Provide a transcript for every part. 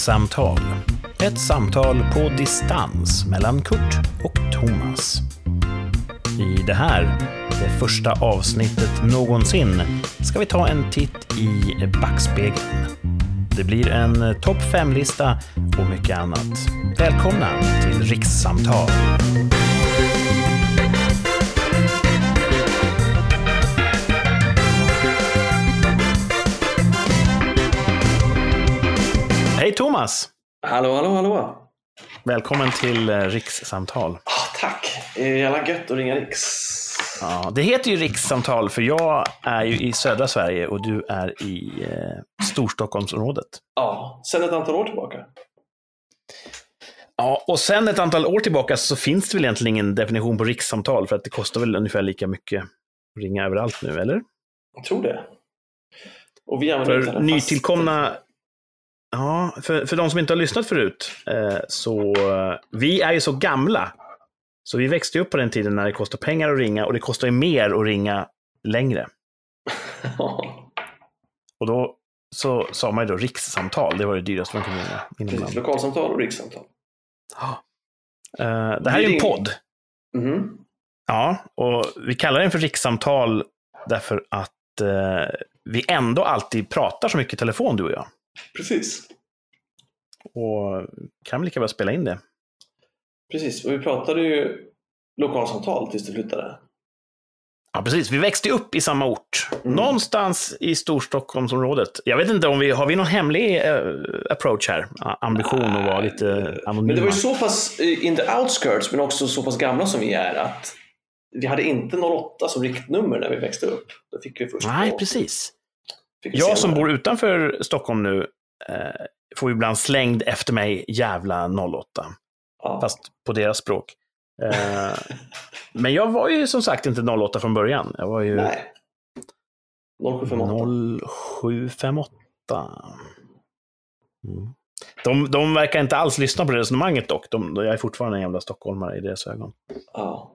Rikssamtal. Ett samtal på distans mellan Kurt och Thomas. I det här, det första avsnittet någonsin, ska vi ta en titt i backspegeln. Det blir en topp 5-lista och mycket annat. Välkomna till Rikssamtal. Hej Thomas! Hallå. Välkommen till Rikssamtal. Tack, det är jävla gött att ringa Riks. Ja, det heter ju Rikssamtal för jag är ju i södra Sverige och du är i Storstockholmsområdet. Ja, sen ett antal år tillbaka. Ja, och sen ett antal år tillbaka så finns det väl egentligen ingen definition på rikssamtal för att det kostar väl ungefär lika mycket att ringa överallt nu, eller? Jag tror det. Och vi använder för nytillkomna... Ja, för de som inte har lyssnat förut så vi är ju så gamla så vi växte upp på den tiden när det kostar pengar att ringa och det kostar ju mer att ringa längre. Och då så sa man ju då rikssamtal, det var det dyraste man kunde ringa inom landet. Lokalsamtal och rikssamtal. Det här är ju en podd. Mm-hmm. Ja, och vi kallar den för rikssamtal därför att vi ändå alltid pratar så mycket i telefon, du och jag. Precis. Och kan vi lika väl spela in det? Precis, och vi pratade ju lokalsamtal tills du flyttade. Ja, precis. Vi växte upp i samma ort. Någonstans i Storstockholmsområdet. Jag vet inte om har vi någon hemlig approach här? Ambition att vara lite anonyma. Men det var ju så pass in the outskirts, men också så pass gamla som vi är att vi hade inte 08 som riktnummer när vi växte upp. Då fick vi först. Nej, precis. Jag som bor utanför Stockholm nu får ibland slängd efter mig jävla 08. Ja. Fast på deras språk. Men jag var ju som sagt inte 08 från början. Jag var ju... Nej. 0758. De verkar inte alls lyssna på det resonemanget dock. Jag är fortfarande en jävla stockholmare i deras ögon. Ja.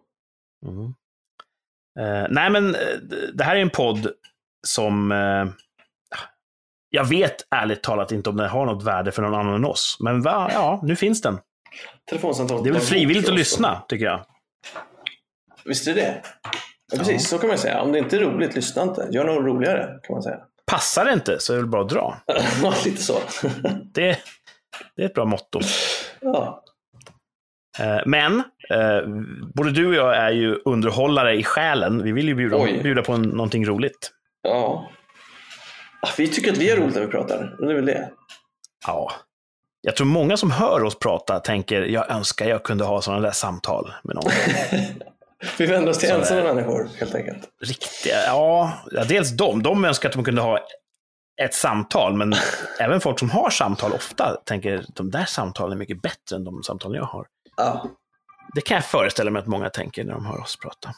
Nej, men det här är en podd som... jag vet ärligt talat inte om den har något värde för någon annan än oss. Men ja, nu finns den. Telefonsamtal. Det är väl frivilligt att lyssna, tycker jag. Visst är det? Ja, precis, så kan man säga. Om det inte är roligt, lyssna inte. Gör något roligare, kan man säga. Passar det inte så är det bara att dra. Ja, lite så. Det är ett bra motto. Ja. Men både du och jag är ju underhållare i själen. Vi vill ju bjuda på någonting roligt. Ja. Vi tycker att vi är roligt när vi pratar. Det är väl det. Ja. Jag tror många som hör oss prata tänker, jag önskar jag kunde ha sådana där samtal med någon. Vi vänder oss till ensamma människor, helt enkelt. Riktiga, ja, dels de önskar att de kunde ha ett samtal, men även folk som har samtal ofta tänker, de där samtalen är mycket bättre än de samtal jag har. Ja. Det kan jag föreställa mig att många tänker när de hör oss prata.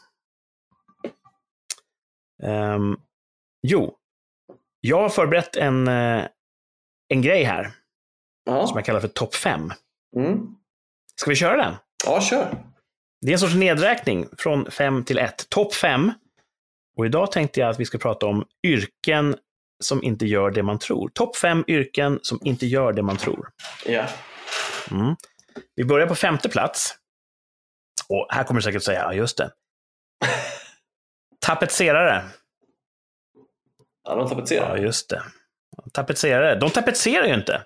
Jag har förberett en grej här. Ja. Som jag kallar för topp 5. Ska vi köra den? Ja, kör. Det är en sorts nedräkning från 5 till 1. Topp 5. Och idag tänkte jag att vi ska prata om yrken som inte gör det man tror. Topp 5 yrken som inte gör det man tror. Ja. Vi börjar på 5:e plats. Och här kommer du säkert säga, ja just det. Tapetserare. Ja, de tapetserar. Ja, just det. Tapetserare. De tapetserar ju inte.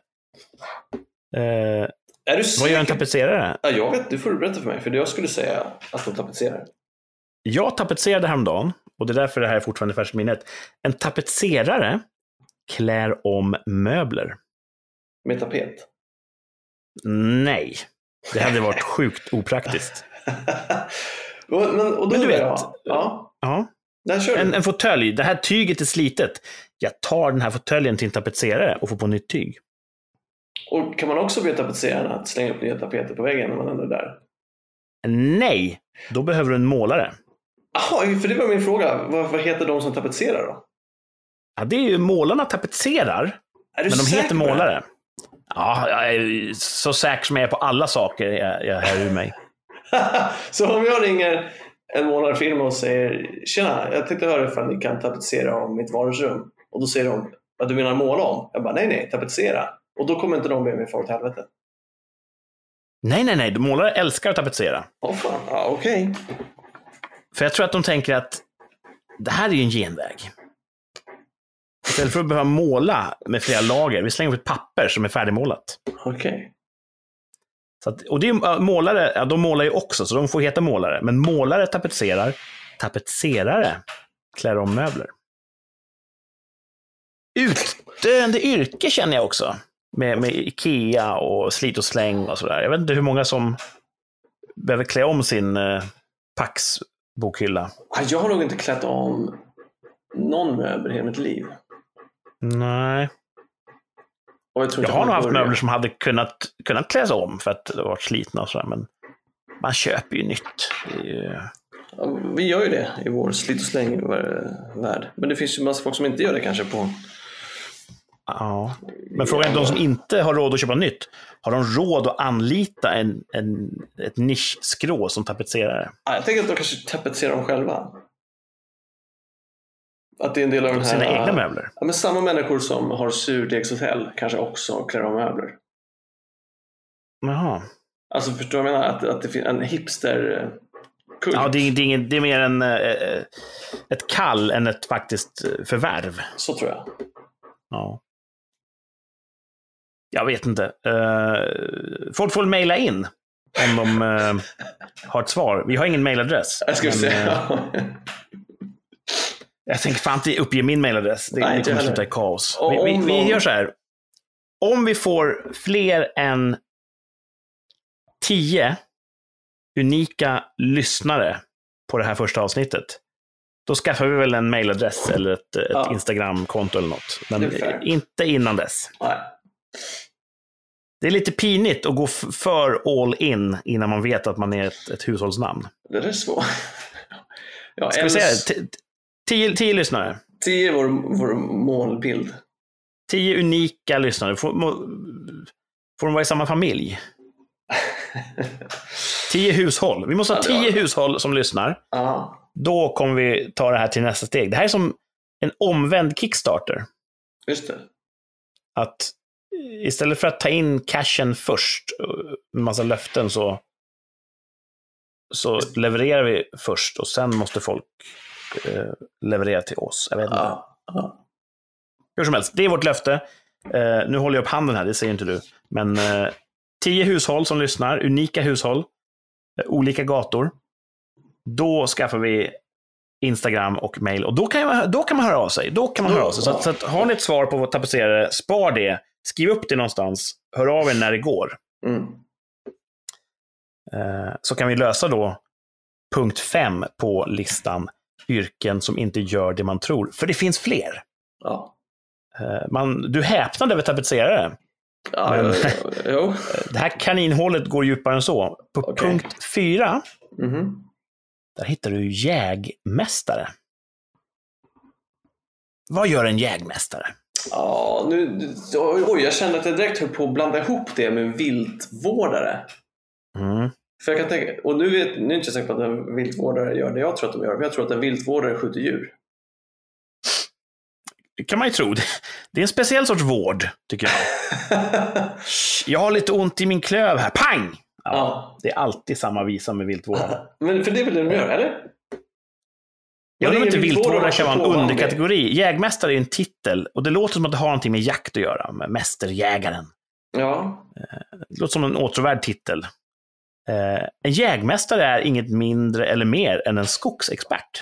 Är du säker? Vad gör en tapetserare? Ja, jag vet, du får berätta för mig. För jag skulle säga att de tapetserar. Jag tapetserade häromdagen. Och det är därför det här är fortfarande färskt minnet. En tapetserare klär om möbler. Med tapet? Nej. Det hade varit sjukt opraktiskt. Men du vet. Ja. En fåtölj. Det här tyget är slitet. Jag tar den här fåtöljen till en tapetserare och får på nytt tyg. Och kan man också be tapetserarna att slänga upp nya tapeter på väggen när man ändå är där? Nej. Då behöver du en målare. Jaha, för det var min fråga. Vad heter de som tapetserar då? Ja, det är ju målarna tapetserar. Men de heter målare. Ja, jag är så säker som jag är på alla saker jag hör ur mig. Så om jag ringer en målarfirma och säger, tjena, jag tänkte höra ifall ni kan tapetsera om mitt vardagsrum. Och då säger de, att du menar måla om? Jag bara, nej, tapetsera. Och då kommer inte de be mig far åt helvete. Nej. Målare älskar att tapetsera. Fan, ja, okej. För jag tror att de tänker att det här är ju en genväg. Istället för att behöva måla med flera lager, vi slänger upp ett papper som är färdigmålat. Okej. Så att, och det är målare, ja, de målar ju också, så de får heta målare. Men målare tapetserar, tapetserare klär om möbler. Utdöende yrke känner jag också. Med Ikea och slit och släng och sådär. Jag vet inte hur många som behöver klä om sin Pax-bokhylla. Jag har nog inte klätt om någon möbel i hela mitt liv. Nej. Och jag har nog haft möbler som hade kunnat kläs om för att det varit slitna och sådär, men man köper ju nytt. Ja, vi gör ju det i vår slit och släng-värld. Men det finns ju massa folk som inte gör det kanske på... Ja, men frågan är de som inte har råd att köpa nytt. Har de råd att anlita ett nischskrå som tapetserare? Ja, jag tänker att de kanske tapetserar dem själva. Att det är en del av den här... Sina egna möbler? Ja, men samma människor som har surdegshotell kanske också klär om möbler. Jaha. Alltså förstår jag menar att det finns en hipster... Kult. Ja, det är mer en ett kall än ett faktiskt förvärv. Så tror jag. Ja. Jag vet inte. Folk får mejla in om de har ett svar. Vi har ingen mejladress. Jag ska säga. Jag tänker fan inte uppge min mejladress. Det kommer sluta i kaos. Vi gör så här. Om vi får fler än 10 unika lyssnare på det här första avsnittet, då skaffar vi väl en mailadress eller ett Instagram-konto eller något. Men inte innan dess. Nej. Det är lite pinigt att gå för all in innan man vet att man är ett hushållsnamn. Det är svårt. Ja, ska vi säga 10 lyssnare? 10 är vår målbild. 10 unika lyssnare. Får de vara i samma familj? 10 hushåll. Vi måste ha 10 hushåll som lyssnar. Då kommer vi ta det här till nästa steg. Det här är som en omvänd Kickstarter. Just det. Att istället för att ta in cashen först, en massa löften, så levererar vi först och sen måste folk leverera till oss. Jag vet inte. Hur som helst, det är vårt löfte. Nu håller jag upp handen här, det säger inte du. Men 10 hushåll som lyssnar, unika hushåll, olika gator. Då skaffar vi Instagram och mail. Och då kan man höra av sig. Så att har ni ett svar på vår tapetserare, spar det. Skriv upp det någonstans. Hör av er när det går. Så kan vi lösa då punkt 5 på listan. Yrken som inte gör det man tror. För det finns fler. Ja. Du häpnade över tapetserare. Ja, men, jo. Det här kaninhålet går djupare än så. På punkt 4 där hittar du jägmästare. Vad gör en jägmästare? Ja, jag känner att jag direkt höll på att blanda ihop det med viltvårdare. För jag kan tänka, och nu är jag inte säker på att en viltvårdare gör det jag tror att de gör. Men jag tror att en viltvårdare skjuter djur. Det kan man ju tro. Det är en speciell sorts vård, tycker jag. Jag har lite ont i min klöv här. Pang! Ja. Det är alltid samma visa med viltvårdare. Men för det är väl det de gör, eller? Jag vet inte, viltvårdare kan vara en underkategori. Jägmästare är en titel. Och det låter som att det har någonting med jakt att göra. Med mästerjägaren. Ja. Det låter som en åtråvärd titel. En jägmästare är inget mindre eller mer än en skogsexpert.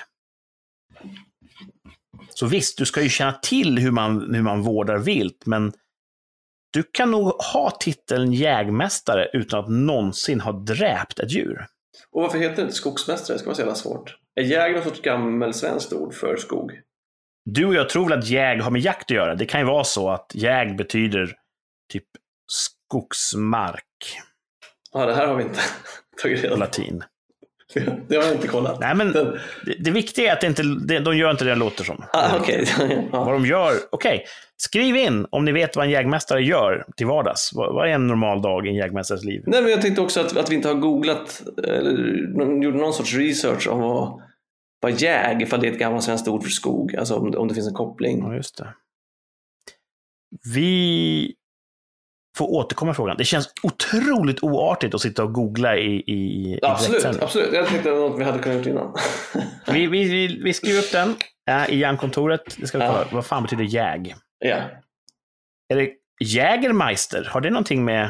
Så visst, du ska ju känna till hur man vårdar vilt, men du kan nog ha titeln jägmästare utan att någonsin ha dräpt ett djur. Och varför heter det inte skogsmästare? Det ska vara så jävla svårt. Är jäg något sorts gammel svenskt ord för skog? Du och jag tror väl att jäg har med jakt att göra. Det kan ju vara så att jäg betyder typ skogsmark. Ja, det här har vi inte tagit reda på. Latin. Det har jag inte kollat. Nej, men det viktiga är att de gör inte det låter som. Okej. Vad de gör, okej. Skriv in om ni vet vad en jägmästare gör till vardags. Vad är en normal dag i en jägmästares liv? Nej, men jag tänkte också att vi inte har googlat eller gjort någon sorts research om vad jäg, ifall det är ett gammalt svenskt ord för skog. Alltså om det finns en koppling. Ja, just det. få återkomma frågan. Det känns otroligt oartigt att sitta och googla i absolut. Jag tänkte något vi hade kunnat gjort innan. vi skriver upp den i järnkontoret. Det ska vi kolla. Vad fan betyder jäg? Ja. Är det Jägermeister? Har det någonting med...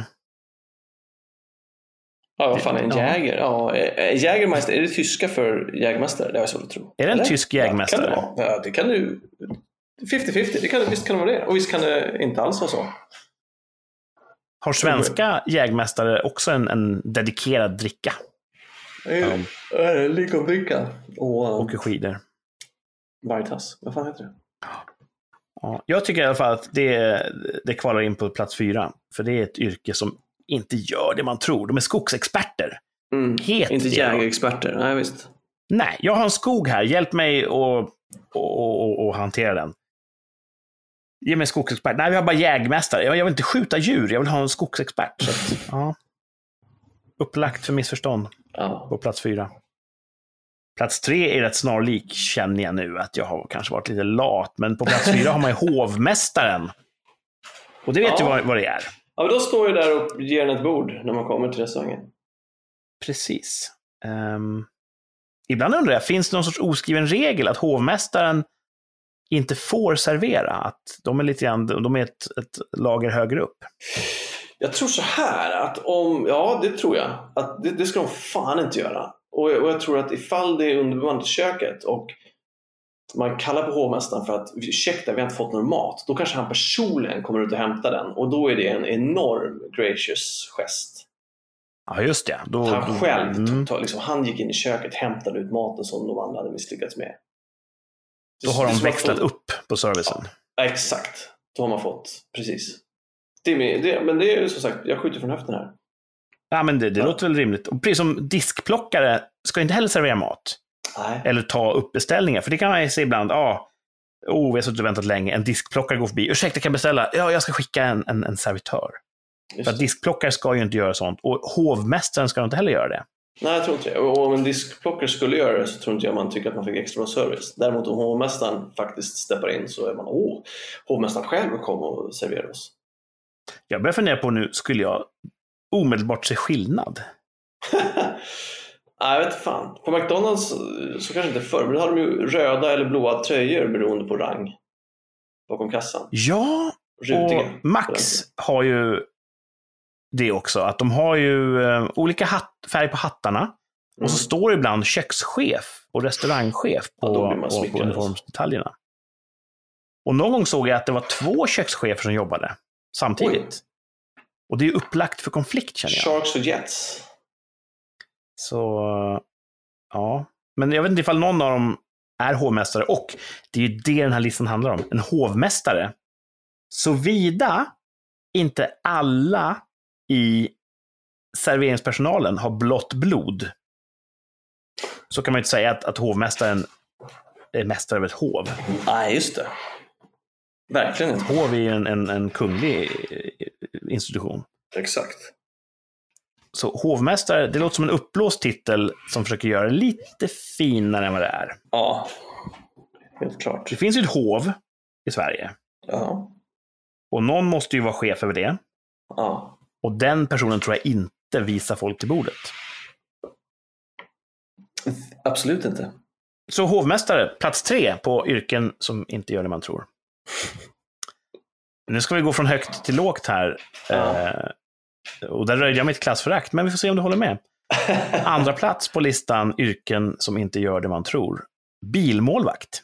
Ja, vad fan är en jäger? Ja, Jägermeister, är det tyska för jägmästare? Det har jag svårt att tro. Är det en tysk jägmästare? Ja, det kan du... 50-50, visst kan det vara det. Och visst kan det inte alls vara så. Har svenska jägmästare också en dedikerad dricka? Likomdricka. Och åker skidor. Veritas, vad fan heter det? Ja, jag tycker i alla fall att det kvalar in på plats 4. För det är ett yrke som inte gör det man tror. De är skogsexperter. Inte jägarexperter, nej visst. Nej, jag har en skog här. Hjälp mig att hantera den. Ge mig en skogsexpert. Nej, vi har bara jägmästare. Jag vill inte skjuta djur. Jag vill ha en skogsexpert. Så att, ja. Upplagt för missförstånd på plats 4. Plats 3 är rätt snarlik, känner jag nu, att jag har kanske varit lite lat. Men på plats 4 har man ju hovmästaren. Och det vet ju vad det är. Ja, men då står ju där och ger en ett bord när man kommer till restaurangen. Precis. Ibland undrar jag, finns det någon sorts oskriven regel att hovmästaren inte får servera? Att de är lite grann, de är ett lager högre upp? Jag tror så här att det tror jag. Att det ska de fan inte göra. Och jag tror att ifall det är underbemannat köket och man kallar på hovmästaren för att ursäkta, vi har inte fått någon mat, då kanske han personligen kommer ut och hämtar den, och då är det en enorm gracious gest. Ja, just det. Han själv han gick in i köket, hämtade ut maten som de andra hade misslyckats med. Då har de växlat upp på servicen. Ja, exakt. Då har man fått, precis. Men det är ju som sagt, jag skjuter från höften här. Ja, men det låter väl rimligt. Och precis som diskplockare ska inte heller servera mat. Nej. Eller ta upp beställningar. För det kan man ju se ibland. Vi har suttit och väntat länge. En diskplockare går förbi. Ursäkta, kan jag beställa? Ja, jag ska skicka en servitör. För att diskplockare ska ju inte göra sånt. Och hovmästaren ska inte heller göra det. Nej, jag tror inte det. Och om en diskplockare skulle göra det så tror inte jag man tycker att man fick extra service. Däremot om hovmästaren faktiskt steppar in så är man hovmästaren själv kommer och serverar oss. Jag börjar fundera på nu, skulle jag omedelbart se skillnad? Nej, jag vet fan. På McDonalds så kanske inte förr, men då har de ju röda eller blåa tröjor beroende på rang bakom kassan. Ja, Rutiga. Och Max har ju det också, att de har ju olika färg på hattarna. Och så står det ibland kökschef och restaurangchef på uniformsdetaljerna. Och någon gång såg jag att det var 2 kökschefer som jobbade samtidigt. Oj. Och det är ju upplagt för konflikt, känner jag. Sharks och Jets. Så, ja. Men jag vet inte ifall någon av dem är hovmästare. Och det är ju det den här listan handlar om. En hovmästare. Såvida inte alla i serveringspersonalen har blått blod, så kan man ju inte säga att hovmästaren är mästare över ett hov. Nej, just det. Verkligen inte. Hov är en kunglig institution. Exakt. Så hovmästare, det låter som en uppblåst titel som försöker göra det lite finare än vad det är. Ja, helt klart. Det finns ju ett hov i Sverige. Ja. Och någon måste ju vara chef över det. Ja. Och den personen tror jag inte visar folk till bordet. Absolut inte. Så hovmästare, plats 3 på yrken som inte gör det man tror. Nu ska vi gå från högt till lågt här. Ja. Och där röjde jag mitt klassförakt, men vi får se om du håller med. Andra plats på listan, yrken som inte gör det man tror. Bilmålvakt.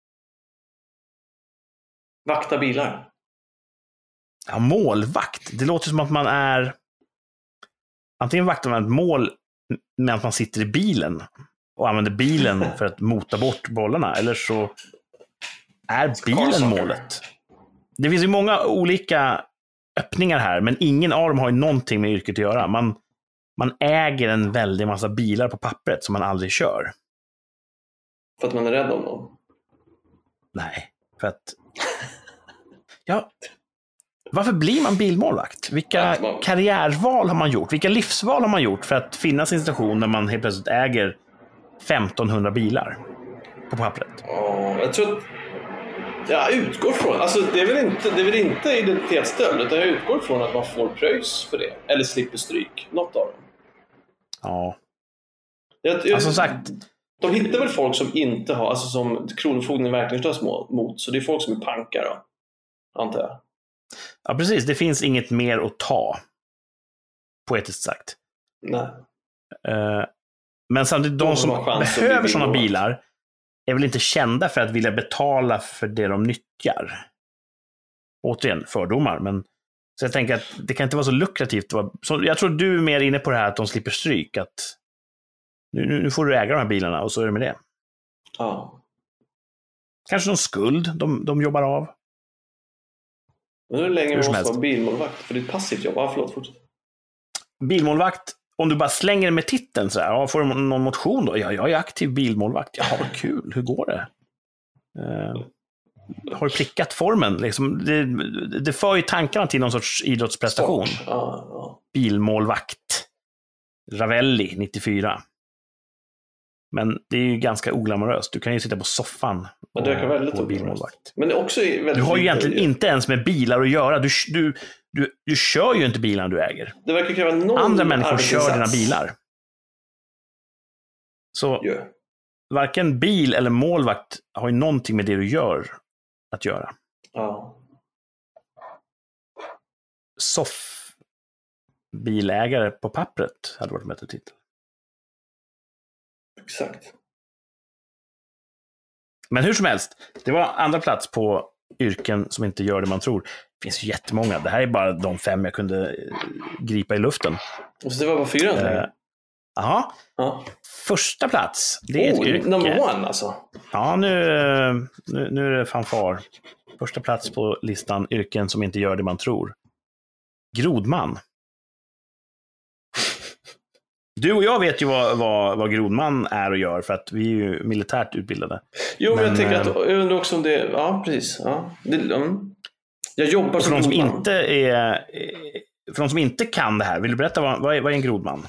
Vakta bilar. Ja, målvakt. Det låter som att man är... Antingen vaktar man ett mål med att man sitter i bilen och använder bilen för att mota bort bollarna, eller så är bilen målet. Det finns ju många olika öppningar här, men ingen av dem har ju någonting med yrket att göra. Man äger en väldig massa bilar på pappret som man aldrig kör. För att man är rädd om dem? Nej, för att... Ja, varför blir man bilmålvakt? Vilka karriärval har man gjort? Vilka livsval har man gjort för att finnas i en situation där man helt plötsligt äger 1500 bilar på pappret? Jag tror att Jag utgår från, alltså det är väl inte identitetsstöld, utan jag utgår från att man får pröjs för det. Eller slipper stryk, något av dem. Ja. Som sagt, de hittar väl folk som inte har, alltså som kronofogden är verkningslös mot, så det är folk som är pankar då, antar jag. Ja, precis. Det finns inget mer att ta, poetiskt sagt. Nej. Men samtidigt, de som behöver sådana bilar är väl inte kända för att vilja betala för det de nyttjar. Återigen, fördomar. Men, så jag tänker att det kan inte vara så lukrativt. Så jag tror du är mer inne på det här att de slipper stryk. Att nu får du äga de här bilarna och så är det med det. Ja. Kanske någon skuld de jobbar av. Men hur länge måste man vara bilmålvakt? För det är ett passivt jobb. Fortsätt. Bilmålvakt, om du bara slänger det med titeln så här, får du någon motion då? Ja, jag är aktiv bilmålvakt. Ja, vad kul. Hur går det? Har du prickat formen? Liksom, det för ju tankarna till någon sorts idrottsprestation. Ja. Bilmålvakt. Ravelli, 94. Men det är ju ganska oglamoröst. Du kan ju sitta på soffan och vara bilmålvakt. Men det är också väldigt, du har ju egentligen inte ens med bilar att göra. Du kör ju inte bilarna du äger. Det verkar kräva någon andra människor kör dina bilar. Så varken bil eller målvakt har ju någonting med det du gör att göra. Ja. Bilägare på pappret hade varit en bättre titel. Exakt. Men hur som helst, det var andra plats på yrken som inte gör det man tror. Det finns ju jättemånga. Det här är bara de 5 jag kunde gripa i luften. Och så det var bara 4? Ja. Första plats, det är ett yrke. Number 1 alltså. Ja, nu är det fanfar. Första plats på listan, yrken som inte gör det man tror. Grodman. Du och jag vet ju vad grodman är och gör, för att vi är ju militärt utbildade. Jo, men jag tänker att jag undrar också om det... Ja, precis. Ja. Jag jobbar som grodman. För de som inte kan det här, vill du berätta vad är en grodman?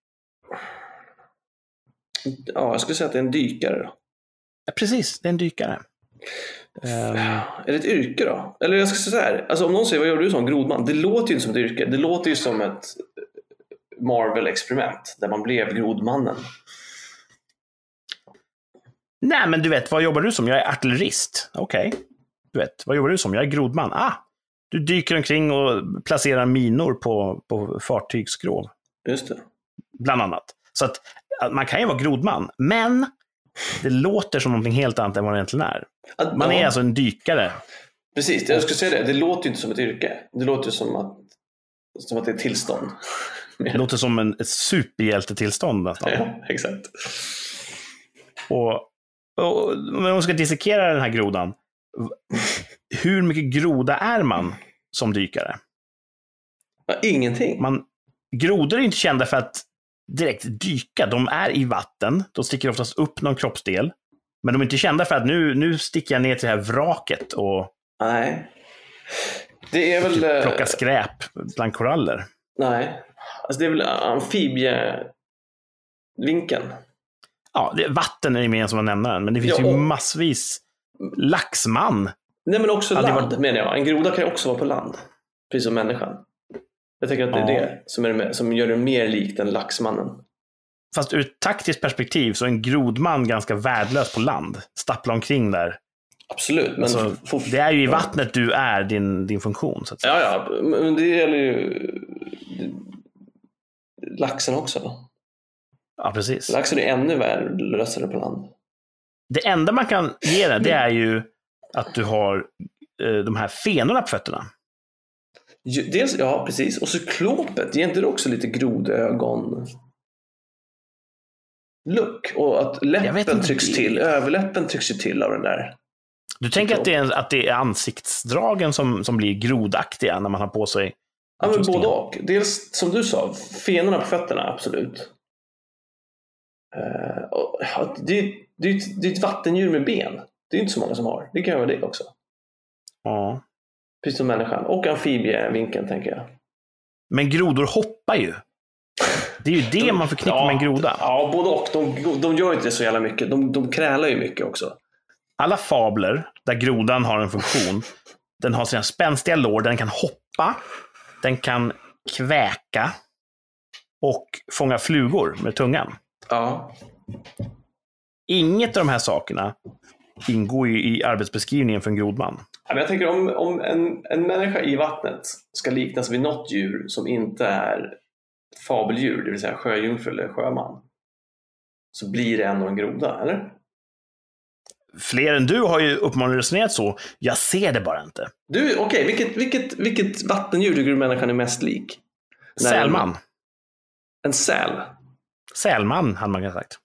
Ja, jag skulle säga att det är en dykare då. Ja, precis, det är en dykare. Är det ett yrke då? Eller jag ska säga så här, alltså om någon säger vad gör du som grodman? Det låter ju inte som ett yrke. Det låter ju som ett Marvel-experiment där man blev grodmannen. Nej, men du vet, vad jobbar du som? Jag är artillerist. Okej. Du vet, vad jobbar du som? Jag är grodman. Du dyker omkring och placerar minor på fartygsskrov. Just det. Bland annat. Så att man kan ju vara grodman, men det låter som någonting helt annat än vad det egentligen är. Man är alltså en dykare. Precis, jag skulle säga det. Det låter ju inte som ett yrke. Det låter som att det är ett tillstånd. Det låter som ett superhjältetillstånd nästan. Ja, exakt. Och om man ska dissekera den här grodan, hur mycket groda är man som dykare? Ingenting. Grodor är inte kända för att direkt dyka. De är i vatten. De sticker oftast upp någon kroppsdel. Men de är inte kända för att nu sticker jag ner till det här vraket och... Nej. Det är väl... Typ plocka skräp bland koraller. Nej. Alltså det är väl amfibievinkeln. Ja, vatten är ju mer som man nämner den. Men det finns ju massvis. Laxman. Nej, men också land menar jag. En groda kan ju också vara på land. Precis som människan. Jag tänker att det är det som gör det mer likt än laxmannen. Fast ur ett taktiskt perspektiv så är en grodman ganska värdelös på land. Stappla omkring där. Absolut. Men alltså, det är ju i vattnet du är din funktion. Så att säga. Ja, men det gäller ju laxen också. Ja, precis. Laxen är ännu värdelösare på land. Det enda man kan ge det är ju att du har de här fenorna på fötterna. Dels, ja, precis. Och cyklopet, ger inte det också lite grodögon look? Och att läppen trycks till, överläppen trycks ju till av den där. Du tänker att det är ansiktsdragen som blir grodaktiga när man har på sig? Ja, men både och. Dels, som du sa, fenorna på fötterna, absolut. Det är ett vattendjur med ben. Det är inte så många som har. Det kan vara det också. Ja. Precis som människan. Och amfibievinkeln, tänker jag. Men grodor hoppar ju. Det är ju det man förknippar med en groda. Ja, både och. De gör inte det så jävla mycket. De krälar ju mycket också. alla fabler där grodan har en funktion, den har sina spänstiga lår, den kan hoppa, den kan kväka och fånga flugor med tungan. Ja. Inget av de här sakerna ingår ju i arbetsbeskrivningen för en grodman. Men jag tänker om en människa i vattnet ska liknas vid något djur som inte är fabeldjur, det vill säga sjöjungfru eller sjöman, så blir det ändå en groda, eller? Fler än du har ju uppenbarligen resonerat så. Jag ser det bara inte. Okej, vilket vattendjur tycker du människan är mest lik? Sälman. En säl? Sälman, hade man kan sagt.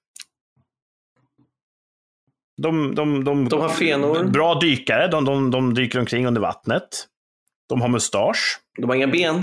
De har fenor. Bra dykare, de dyker omkring under vattnet. De har mustasch. De har inga ben.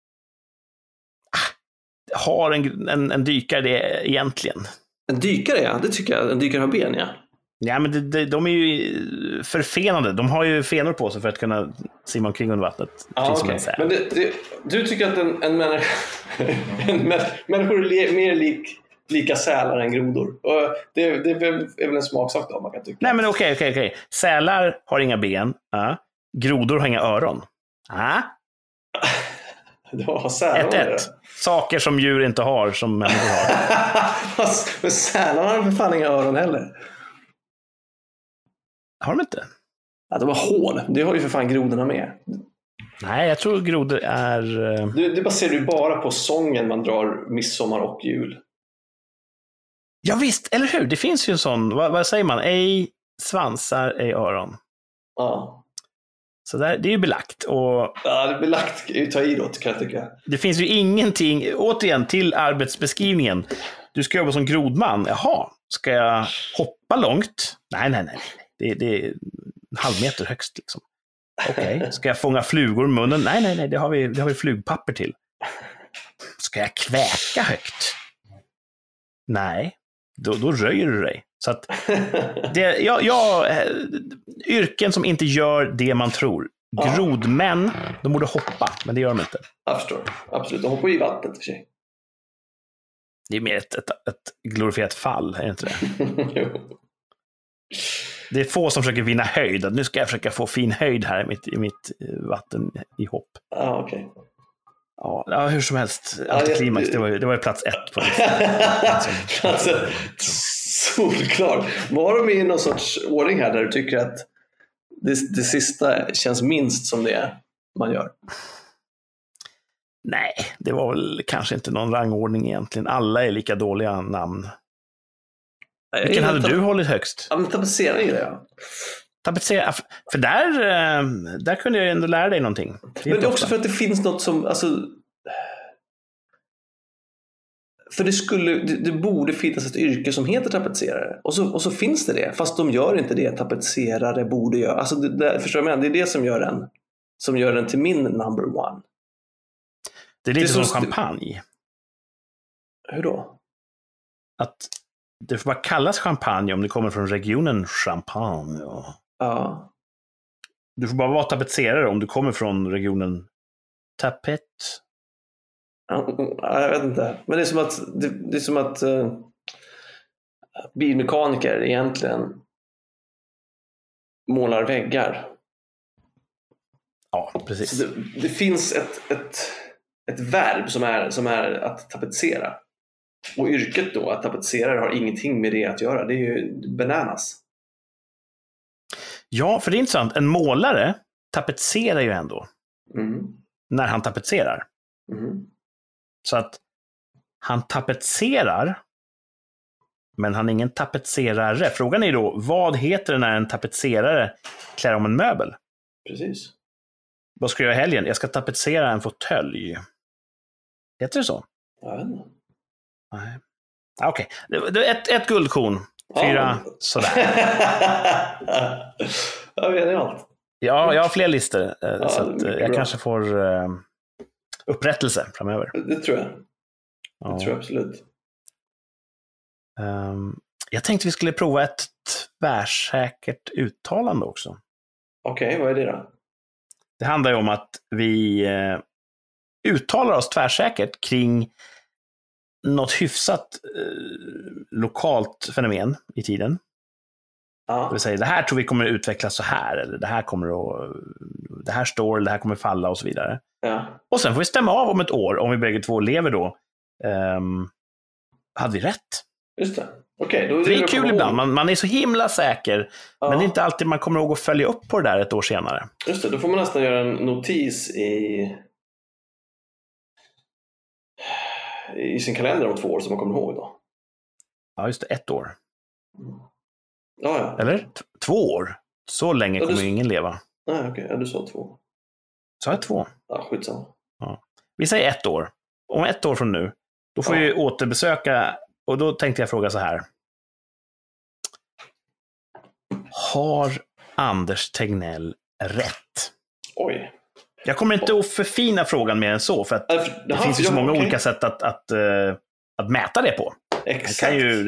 Har en dykare det egentligen? En dykare, ja. Det tycker jag. En dykare har ben, ja. Ja, men de är ju förfenade. De har ju fenor på sig för att kunna simma omkring under vattnet. Ja, okay. Men du tycker att en människor är mer lika sälar än grodor. Och det är väl en smaksak då, man kan tycka. Nej, men okej. Sälar har inga ben. Grodor har inga öron. Ja, sälar 1-1. Saker som djur inte har, som människor har. Men sälar har för fan inga öron heller. Har de inte? Ja, de har hål. Det har ju för fan grodorna med. Nej, jag tror grodor är... Det baserar ju bara på sången man drar midsommar och jul. Ja visst, eller hur? Det finns ju en sån, vad säger man? Ej svansar, ej öron. Ja. Så det är ju belagt. Och ja, det är belagt. Ta i då, kan jag tycka. Det finns ju ingenting, återigen till arbetsbeskrivningen. Du ska jobba som grodman. Jaha, ska jag hoppa långt? Nej. Det är en halv meter högst liksom. Okej. Ska jag fånga flugor i munnen? Nej, det har vi flugpapper till. Ska jag kväka högt? Nej, då röjer du dig. Så att yrken som inte gör det man tror. Grodmän, de borde hoppa, men det gör de inte. Jag förstår, absolut. De hoppar i vattnet för sig. Det är mer ett glorifierat fall, är det inte det? Det är få som försöker vinna höjd. Nu ska jag försöka få fin höjd här i mitt vatten i hopp. Ja, okej. Ja, hur som helst. Antiklimax, det var ju plats 1 på alltså, solklar. Var de i någon sorts ordning här där du tycker att det sista känns minst som det man gör? Nej, det var väl kanske inte någon rangordning egentligen. Alla är lika dåliga namn. Vilken hade du hållit högst? Ja, men tapetsera gillar jag. Tapetsera, för där kunde jag ändå lära dig någonting. Men det är också för att det finns något som, alltså, för det borde finnas ett yrke som heter tapetserare. Och så finns det, fast de gör inte det tapetserare borde göra. Alltså förstår du vad jag menar? Det är det som gör den till min number one. Det är lite som champagne. Hur då? Att det får bara kallas champagne om det kommer från regionen Champagne. Ja. Du får bara vara tapetserare om du kommer från regionen Tapet. Jag vet inte. Men det är som att bilmekaniker egentligen målar väggar. Ja, precis. Så det finns ett verb som är att tapetsera. Och yrket då, att tapetserare, har ingenting med det att göra. Det är ju bananas. Ja, för det är intressant. En målare tapetserar ju ändå. När han tapetserar. Så att han tapetserar, men han är ingen tapetserare. Frågan är då, vad heter det när en tapetserare klär om en möbel? Precis. Vad ska jag göra i helgen? Jag ska tapetsera en fåtölj. Heter det så? Jag vet inte. Nej. Okej, det är ett guldkorn. 4, sådär. Jag vet allt. Ja, jag har fler listor. Så att jag kanske får upprättelse framöver. Det tror jag. Det tror jag absolut. Jag tänkte vi skulle prova ett tvärsäkert uttalande också. Okej, vad är det då? Det handlar ju om att vi uttalar oss tvärsäkert kring något hyfsat lokalt fenomen i tiden. Det vill säga, det här tror vi kommer att utvecklas så här, eller det här står, eller det här kommer falla och så vidare. Ja. Och sen får vi stämma av om ett år, om vi bägge två lever då. Hade vi rätt? Just det. Okay, då är det är kul ibland, man är så himla säker, ja. Men det är inte alltid man kommer ihåg att följa upp på det där ett år senare. Just det, då får man nästan göra en notis i sin kalender om 2 år som man kommer ihåg då. Ja, just det, 1 år. Ja. Eller 2 år. Så länge kommer ju ingen leva. Nej, okej. Ja, du sa 2. Sa jag 2? Ja, skitsamma. Ja. Vi säger 1 år. Om 1 år från nu, då får vi återbesöka. Och då tänkte jag fråga så här. Har Anders Tegnell rätt? Oj. Jag kommer inte att förfina frågan mer än så, för att det finns ju så många olika sätt att mäta det på. Exakt. Det kan ju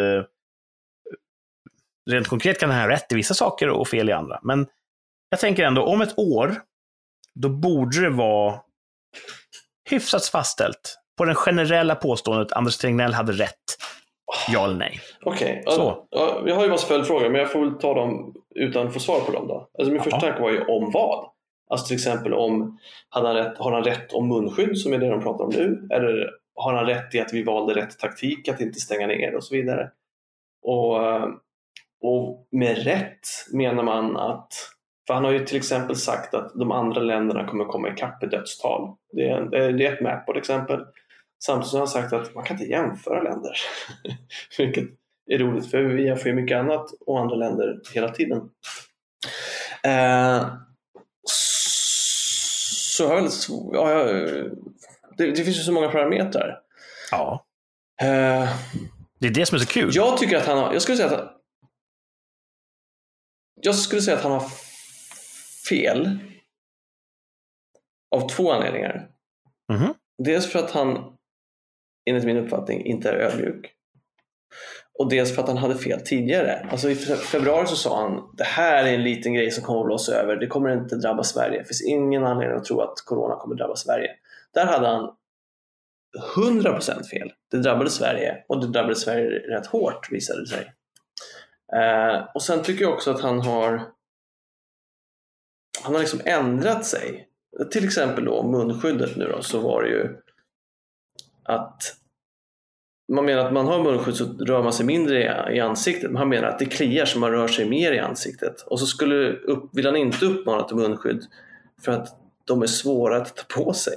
rent konkret kan han ha rätt i vissa saker och fel i andra. Men jag tänker ändå, om ett år, då borde det vara hyfsat fastställt på den generella påståendet Anders Tegnell hade rätt. Ja eller nej? Okej. Ja, jag har ju massa följdfrågor, men jag får väl ta dem utan att få svar på dem då. Alltså min första tanke var ju om vad? Alltså till exempel om har han rätt om munskydd, som är det de pratar om nu? Eller har han rätt i att vi valde rätt taktik, att inte stänga ner och så vidare? Och med rätt menar man att, för han har ju till exempel sagt att de andra länderna kommer komma ikapp i dödstal. Det är ett mätbart exempel. Samtidigt har han sagt att man kan inte jämföra länder. Vilket är roligt, för vi får ju mycket annat och andra länder hela tiden. Det finns ju så många parametrar. Ja. Det är det som är så kul. Jag tycker att jag skulle säga att han har fel av 2 anledningar. Mm-hmm. Dels för att han, enligt min uppfattning, inte är ödmjuk. Och dels för att han hade fel tidigare. Alltså i februari så sa han, det här är en liten grej som kommer att blåsa över. Det kommer inte drabba Sverige. Det finns ingen anledning att tro att corona kommer drabba Sverige. Där hade han 100% fel. Det drabbade Sverige, och det drabbade Sverige rätt hårt, visade det sig. Och sen tycker jag också att han har liksom ändrat sig. Till exempel då munskyddet nu då, så var det ju att man menar att man har munskydd så rör man sig mindre i ansiktet. Man menar att det kliar så man rör sig mer i ansiktet. Och så vill han inte uppmana till munskydd för att de är svåra att ta på sig.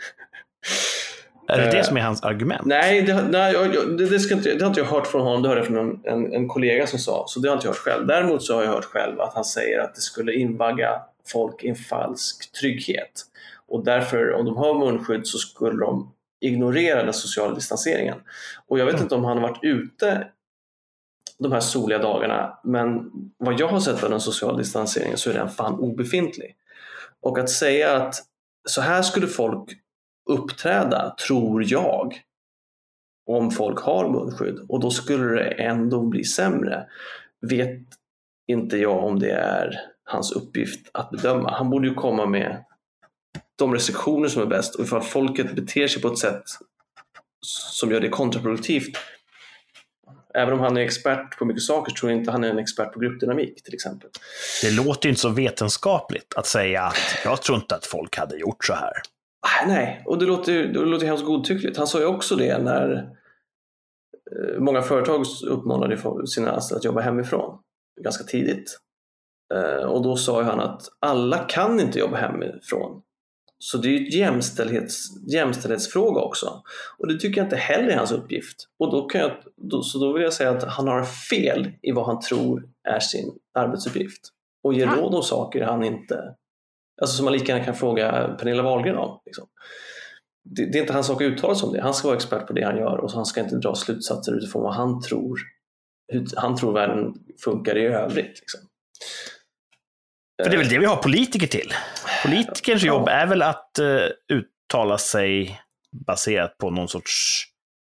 Är det det som är hans argument? Nej, det har inte jag hört från honom. Det hörde jag från en kollega som sa. Så det har inte jag hört själv. Däremot så har jag hört själv att han säger att det skulle invagga folk i en falsk trygghet. Och därför, om de har munskydd, så skulle de ignorera den sociala distanseringen. Och jag vet inte om han har varit ute de här soliga dagarna, men vad jag har sett av den sociala distanseringen så är den fan obefintlig. Och att säga att så här skulle folk uppträda, tror jag, om folk har munskydd, och då skulle det ändå bli sämre, vet inte jag om det är hans uppgift att bedöma. Han borde ju komma med de restriktioner som är bäst, och ifall folket beter sig på ett sätt som gör det kontraproduktivt. Även om han är expert på mycket saker, tror jag inte han är en expert på gruppdynamik till exempel. Det låter ju inte så vetenskapligt att säga att jag tror inte att folk hade gjort så här. Nej, och det låter helt godtyckligt. Han sa ju också det när många företag uppmanade sina anställda att jobba hemifrån ganska tidigt. Och då sa han att alla kan inte jobba hemifrån. Så det är ju ett jämställdhetsfråga också. Och det tycker jag inte heller är hans uppgift. Och då vill jag säga att han har fel i vad han tror är sin arbetsuppgift. Och ger råd om saker han inte... Alltså som man lika gärna kan fråga Pernilla Wahlgren om. Liksom. Det är inte hans sak att uttala sig om det. Han ska vara expert på det han gör, och så han ska inte dra slutsatser utifrån vad han tror. Hur han tror världen funkar i övrigt. Liksom. För det är väl det vi har politiker till. Politikers jobb är väl att uttala sig baserat på någon sorts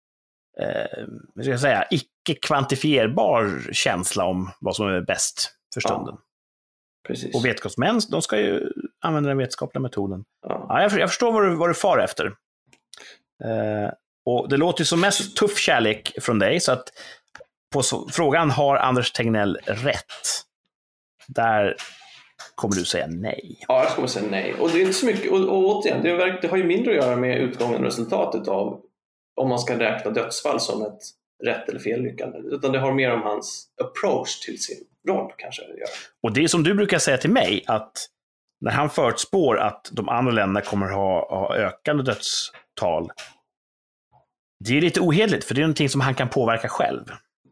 icke-kvantifierbar känsla om vad som är bäst för stunden. Ja, precis. Och vetenskapsmän, de ska ju använda den vetenskapliga metoden. Ja, jag förstår vad du far efter. Och det låter ju som mest tuff kärlek från dig, så att på frågan har Anders Tegnell rätt? Där kommer du säga nej. Ja, jag kommer säga nej. Och det är inte så mycket, och återigen, det har ju mindre att göra med utgången och resultatet av om man ska räkna dödsfall som ett rätt eller fel lyckande. Utan det har mer om hans approach till sin roll kanske att göra. Och det är som du brukar säga till mig, att när han förutspår att de andra länderna kommer ha ökande dödstal, det är lite ohederligt, för det är någonting som han kan påverka själv.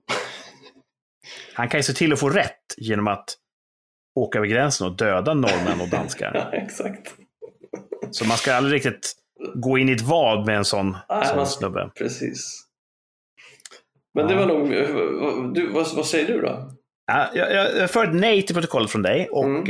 Han kan ju se till att få rätt genom att åka över gränsen och döda norrmän och danskar. Ja, exakt. Så man ska aldrig riktigt gå in i ett vad med en sån snubbe. Precis. Men det var nog... vad säger du då? Ja, jag för ett nej till protokollet från dig. Och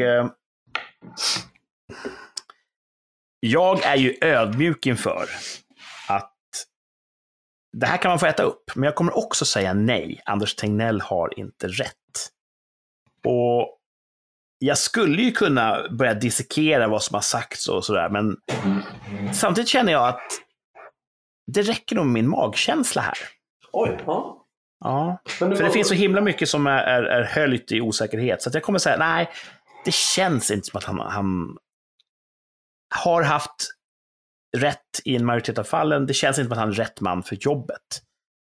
jag är ju ödmjuk inför att det här kan man få äta upp. Men jag kommer också säga nej. Anders Tegnell har inte rätt. Och jag skulle ju kunna börja dissekera vad som har sagts och sådär. Men samtidigt känner jag att det räcker nog med min magkänsla här. Oj, ja. Ja, för det finns så himla mycket som är höljt i osäkerhet. Så att jag kommer säga, nej, det känns inte som att han har haft rätt i en majoritet av fallen. Det känns inte som att han är rätt man för jobbet.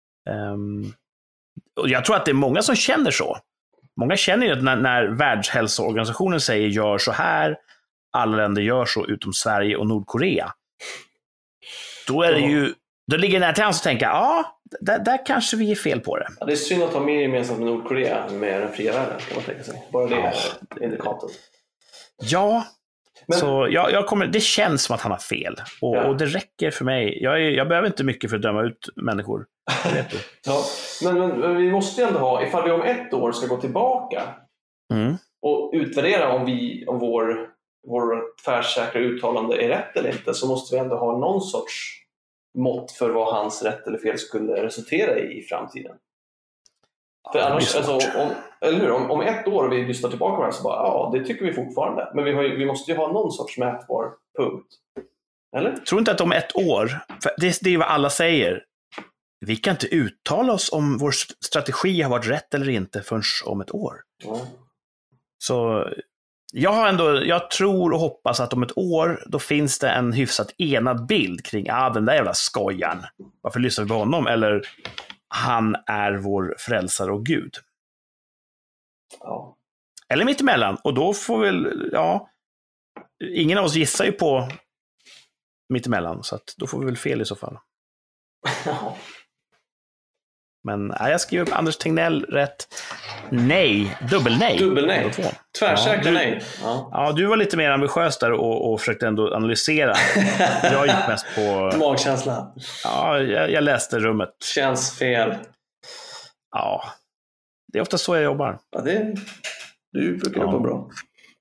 Och jag tror att det är många som känner så. Många känner ju att när Världshälsoorganisationen säger gör så här, alla länder gör så utom Sverige och Nordkorea. Då är det ju, då ligger det nära till hands att tänka, ja, där kanske vi är fel på det. Ja, det är synd att ha mer gemensamt med Nordkorea med den fria världen, kan man tänka sig. Bara det är indikatorn. Ja, men, så det känns som att han har fel. Och det räcker för mig. Jag behöver inte mycket för att döma ut människor. Vet du. Ja, men vi måste ju ändå ha, ifall vi om ett år ska gå tillbaka och utvärdera om vår tvärsäkra uttalande är rätt eller inte, så måste vi ändå ha någon sorts mått för vad hans rätt eller fel skulle resultera i framtiden. För annars, om ett år vi lyssnar tillbaka på det så bara, det tycker vi fortfarande. Men vi måste ju ha någon sorts mätbar punkt. Eller? Tror inte att om ett år, för det är vad alla säger, vi kan inte uttala oss om vår strategi har varit rätt eller inte förrän om ett år. Så jag tror och hoppas att om ett år då finns det en hyfsat enad bild kring den där jävla skojan. Varför lyssnar vi på honom? Eller han är vår frälsare och Gud. Ja. Eller mittemellan. Och då får väl, ingen av oss gissar ju på mittemellan. Så att då får vi väl fel i så fall. Ja. Men jag skriver upp Anders Tegnell rätt. Nej, dubbelnej. Dubbelnej. Tvärsäkra nej. Ja, du var lite mer ambitiös där och försökte ändå analysera. Jag gick mest på magkänsla. Ja, jag läste rummet. Känns fel. Ja, det är ofta så jag jobbar. Ja, du brukar jobba bra.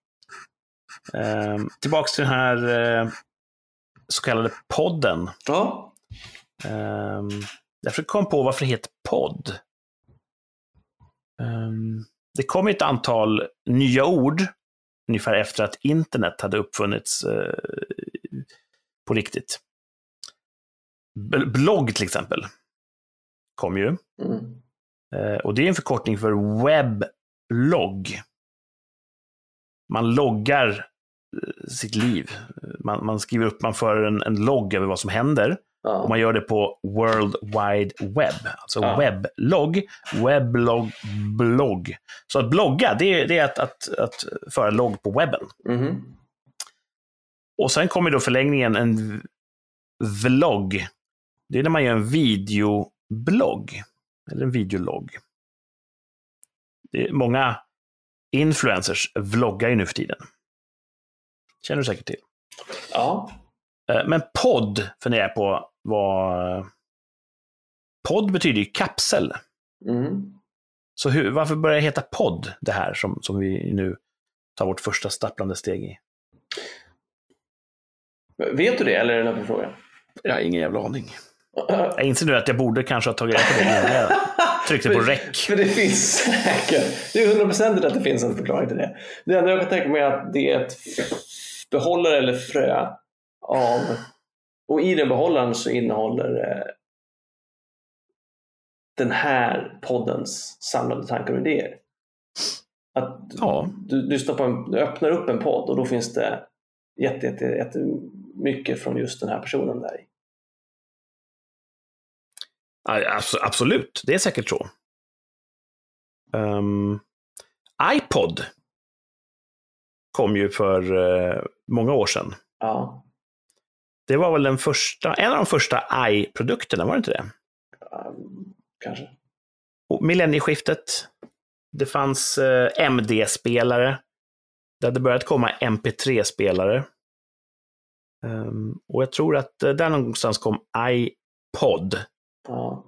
Tillbaks till den här så kallade podden. Ja. Jag försöker komma på varför det heter podd. Det kom ett antal nya ord ungefär efter att internet hade uppfunnits på riktigt. Blogg till exempel kom ju. Och det är en förkortning för weblogg. Man loggar sitt liv. Man skriver upp, man för en logg över vad som händer. Och man gör det på World Wide Web. Alltså webblogg, blogg. Så att blogga, det är att föra logg på webben. Och sen kommer då förlängningen en vlogg. Det är när man gör en videoblogg. Eller en videologg. Det är många influencers vloggar ju nu för tiden. Känner du säkert till? Ja. Men podd funderar jag på vad... Podd betyder ju kapsel. Så varför börjar det heta podd, det här som vi nu tar vårt första stapplande steg i? Vet du det, eller är det en öppen fråga? Jag har ingen jävla aning. Jag inser nu att jag borde kanske ha tagit reda på det. Jag tryckte på rec. För det finns säkert. Det är 100% att det finns en förklaring till det. Det enda jag kan tänka mig är att det är ett behållare eller frö av... Och i den behållaren så innehåller den här poddens samlade tankar och idéer. Att du öppnar upp en podd och då finns det jättemycket från just den här personen där i. Absolut, det är säkert så. iPod kom ju för många år sedan. Ja. Det var väl en av de första i-produkterna, var det inte det? Kanske. Och millennieskiftet. Det fanns MD-spelare. Det hade börjat komma MP3-spelare. Och jag tror att där någonstans kom iPod. Ja.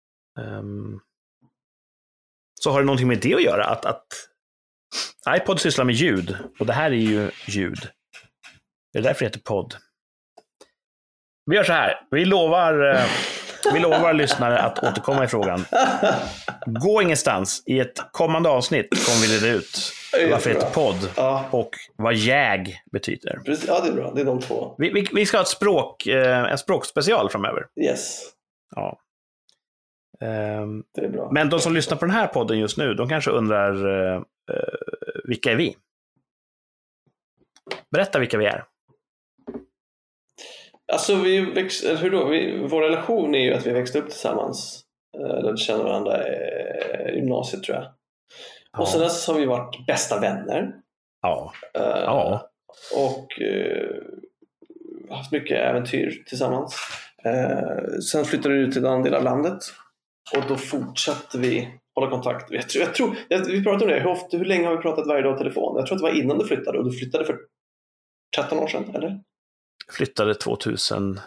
Så har det någonting med det att göra. Att iPod sysslar med ljud. Och det här är ju ljud. Det är därför det heter podd. Vi gör så här. Vi lovar våra lyssnare att återkomma i frågan. Gå ingenstans. I ett kommande avsnitt kommer vi reda ut varför det heter podd och vad jäg betyder. Precis, ja, det är bra. Det är de två. Vi ska ha en språkspecial framöver. Yes. Ja. Det är bra. Men de som lyssnar på den här podden just nu, de kanske undrar vilka är vi? Berätta vilka vi är. Alltså vår relation är ju att vi växte upp tillsammans. Eller känner varandra i gymnasiet, tror jag. Ja. Och sen dess har vi varit bästa vänner. Ja. Och haft mycket äventyr tillsammans. Sen flyttade vi ut till en annan del av landet. Och då fortsatte vi hålla kontakt. Jag tror, vi pratade om det. Hur länge har vi pratat varje dag i telefon? Jag tror att det var innan du flyttade. Och du flyttade för 13 år sedan, eller? Flyttade 2005.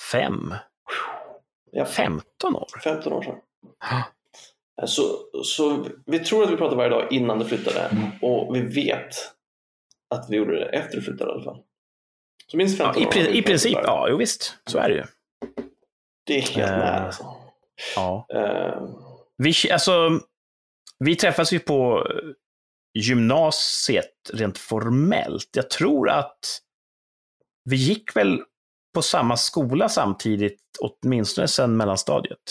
Ja, 15 år. 15 år sedan. Så vi tror att vi pratade varje dag innan du flyttade. Och vi vet att vi gjorde det efter du flyttade i alla fall. Så minst 15 år. I princip, ja, jo, visst. Så är det ju. Det är helt med alltså. Ja. Vi träffas ju på gymnasiet rent formellt. Jag tror att vi gick väl på samma skola samtidigt, åtminstone sedan mellanstadiet.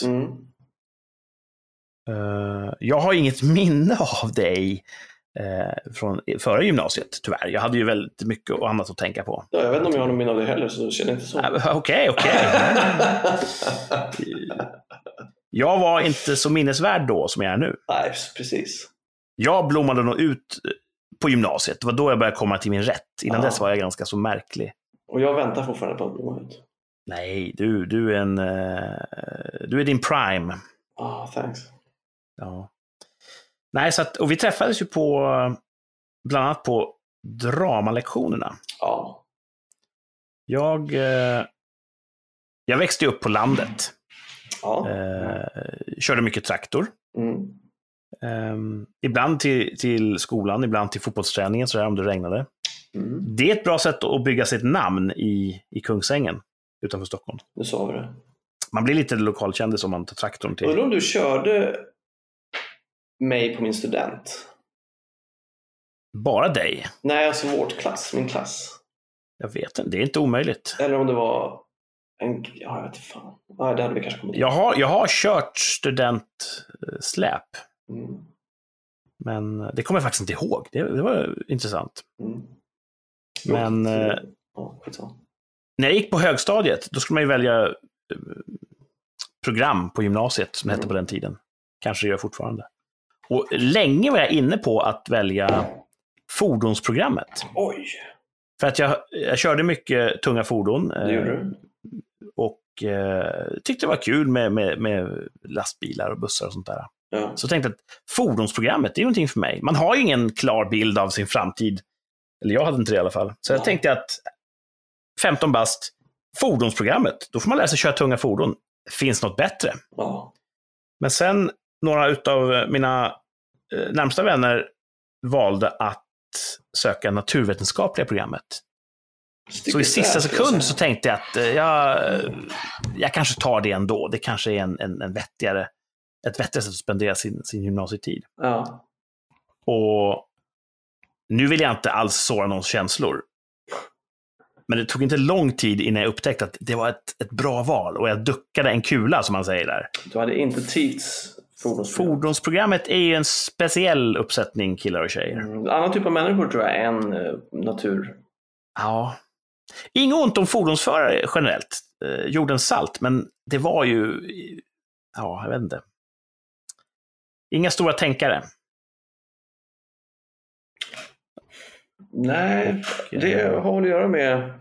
Jag har inget minne av dig från förra gymnasiet, tyvärr. Jag hade ju väldigt mycket annat att tänka på. Ja, jag vet inte om jag har någon minne av det heller, så jag känner inte så. Okej. Jag var inte så minnesvärd då som jag är nu. Nej, precis. Jag blommade nog ut på gymnasiet. Det var då jag började komma till min rätt. Innan dess var jag ganska så märklig. Och jag väntar fortfarande på att blomma ut. Nej, du är din prime. Thanks. Ja. Nej, och vi träffades ju bland annat på dramalektionerna. Ja. Jag växte upp på landet. Ja. Körde mycket traktor. Ibland till skolan, ibland till fotbollsträningen, så där om det regnade. Det är ett bra sätt att bygga sitt namn i Kungsängen utanför Stockholm. Nu sa vi det. Man blir lite lokalkändis om man tar traktorn till. Undrar om du körde mig på min student? Bara dig? Nej, alltså min klass. Jag vet inte, det är inte omöjligt. Eller om det var jag vet fan. Nej, det hade vi kanske kommit. Jag har kört studentsläp. Men det kommer jag faktiskt inte ihåg. Det var intressant. Men när jag gick på högstadiet, då skulle man ju välja program på gymnasiet, som det hette på den tiden. Kanske gör fortfarande. Och länge var jag inne på att välja fordonsprogrammet. Oj! För att jag körde mycket tunga fordon. Det gjorde du. Och tyckte det var kul med lastbilar och bussar och sånt där. Ja. Så jag tänkte att fordonsprogrammet, det är någonting för mig. Man har ju ingen klar bild av sin framtid. Eller jag hade inte det i alla fall. Så jag tänkte att 15 bast, fordonsprogrammet, då får man lära sig köra tunga fordon. Finns något bättre? Ja. Men sen några utav mina närmsta vänner valde att söka naturvetenskapliga programmet. Så i sista sekund så tänkte jag att jag kanske tar det ändå. Det kanske är ett vettigare sätt att spendera sin gymnasietid. Ja. Och nu vill jag inte alls såra någons känslor. Men det tog inte lång tid innan jag upptäckte att det var ett bra val. Och jag duckade en kula, som man säger där. Du hade inte trivts Fordonsprogrammet är ju en speciell uppsättning killar och tjejer. Annan typ av människor tror jag än natur. Ja. Inget ont om fordonsförare generellt. Jordens salt, men det var ju... Ja, jag vet inte. Inga stora tänkare. Nej, det har väl att göra med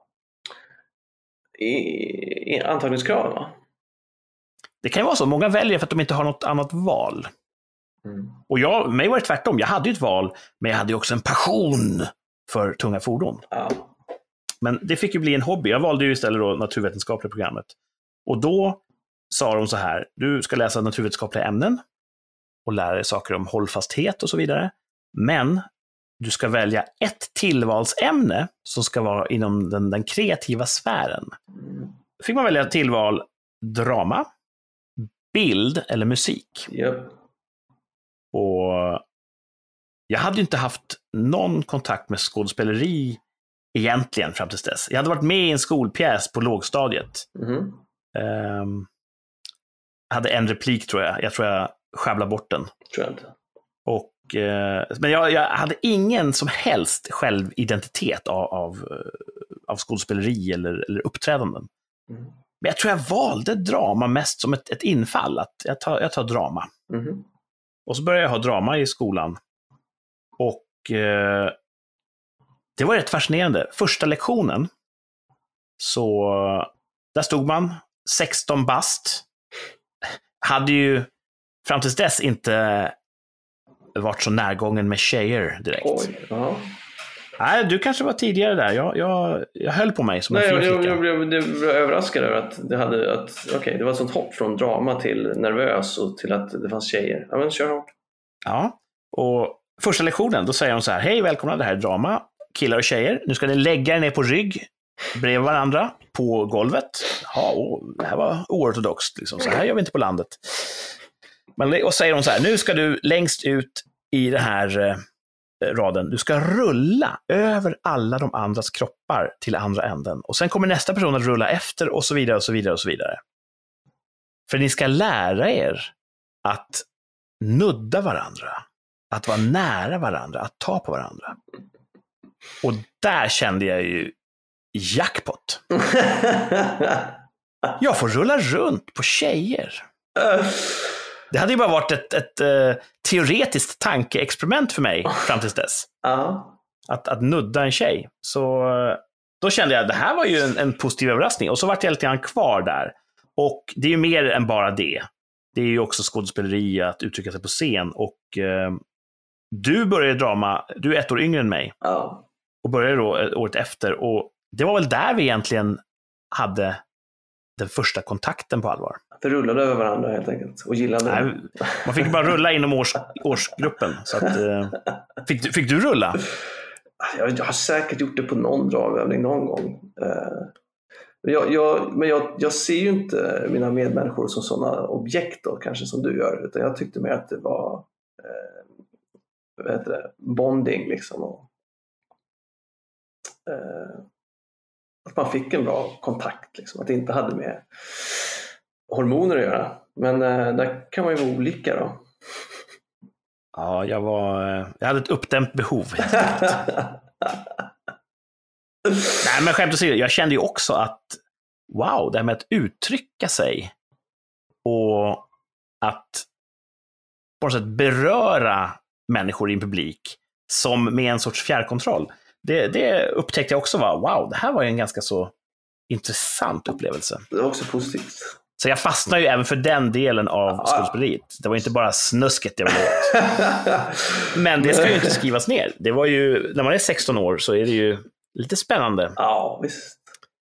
antagningskraven, va? Det kan ju vara så. Många väljer för att de inte har något annat val. Och mig var det tvärtom. Jag hade ju ett val, men jag hade ju också en passion för tunga fordon. Ja. Men det fick ju bli en hobby. Jag valde ju istället då naturvetenskapliga programmet. Och då sa de så här: du ska läsa naturvetenskapliga ämnen och lära dig saker om hållfasthet och så vidare. Men du ska välja ett tillvalsämne som ska vara inom den kreativa sfären. Fick man välja tillval drama, bild eller musik. Yep. Och jag hade ju inte haft någon kontakt med skådespeleri egentligen fram till dess. Jag hade varit med i en skolpjäs på lågstadiet. Hade en replik tror jag. Jag tror jag sjabblade bort den. Tror jag inte. Men jag hade ingen som helst självidentitet av skådespeleri eller uppträdanden. Men jag tror jag valde drama mest som ett infall. Att jag tar drama. Och så började jag ha drama i skolan. Och det var rätt fascinerande. Första lektionen så där stod man 16 bast. Hade ju fram tills dess inte varit så närgången med tjejer direkt. Oj, ja. Nej, du kanske var tidigare där. Jag höll på mig som en fin flicka. Jag blev överraskad över att det var ett sånt hopp från drama till nervös och till att det fanns tjejer. Ja, men kör hårt. Ja, och första lektionen då säger hon så här: hej, välkomna, det här är drama. Killar och tjejer, nu ska ni lägga er ner på rygg bredvid varandra på golvet. Ja, det här var oortodoxt liksom. Så här gör vi inte på landet. Och säger hon så här: nu ska du längst ut i det här raden, du ska rulla över alla de andras kroppar till andra änden. Och sen kommer nästa person att rulla efter och så vidare och så vidare och så vidare. För ni ska lära er att nudda varandra, att vara nära varandra, att ta på varandra. Och där kände jag ju jackpot. Jag får rulla runt på tjejer. Det hade ju bara varit ett teoretiskt tankeexperiment för mig fram tills dess. Att nudda en tjej. Så då kände jag att det här var ju en positiv överraskning. Och så var jag lite grann kvar där. Och det är ju mer än bara det. Det är ju också skådespeleri, att uttrycka sig på scen. Och du började drama, du är 1 år yngre än mig. Och började då året efter. Och det var väl där vi egentligen hade den första kontakten på allvar. För rullade över varandra helt enkelt och gillade. Nej, man fick bara rulla inom årsgruppen. Så att, fick du rulla? Jag har säkert gjort det på någon dragövning någon gång. Men jag ser ju inte mina medmänniskor som sådana objekt då, kanske som du gör. Utan jag tyckte mer att det var bonding liksom. Och, att man fick en bra kontakt liksom. Att det inte hade med hormoner att göra. Men där kan man ju vara olika då. Ja, jag hade ett uppdämt behov. Nej, men skämt åsido, jag kände ju också att wow, det här med att uttrycka sig och att på något sätt beröra människor i en publik som med en sorts fjärrkontroll. Det upptäckte jag också var wow, det här var ju en ganska så intressant upplevelse. Det var också positivt. Så jag fastnade ju även för den delen av skådespeleriet. Det var inte bara snusket jag ville åt. Men det ska ju inte skrivas ner. Det var ju, när man är 16 år så är det ju lite spännande. Ja, visst.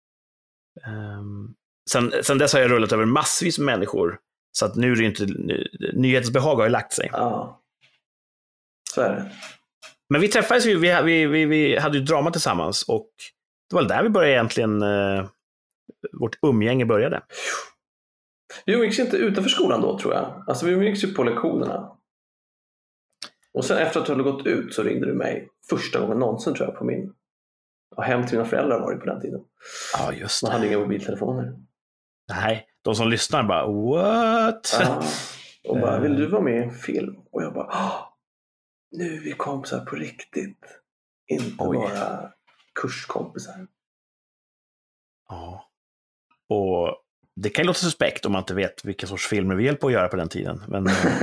Sen dess har jag rullat över massvis med människor. Så att nu är det ju inte... Nyhetsbehag har ju lagt sig. Ja, så är det. Men vi träffades ju, vi hade ju drama tillsammans. Och det var där vi började egentligen... vårt umgänge började. Vi umgicks inte utanför skolan då, tror jag. Alltså vi umgicks ju på lektionerna. Och sen efter att du hade gått ut så ringde du mig första gången någonsin, tror jag, på min... Och hem till mina föräldrar var det på den tiden. Ja, just det. Man hade inga mobiltelefoner. Nej, de som lyssnar bara, what? Ja. Och bara, vill du vara med i en film? Och jag bara, nu är vi kompisar på riktigt. Inte bara kurskompisar. Ja. Och det kan ju låta suspekt om man inte vet vilka sorts filmer vi hjälper att göra på den tiden. Men...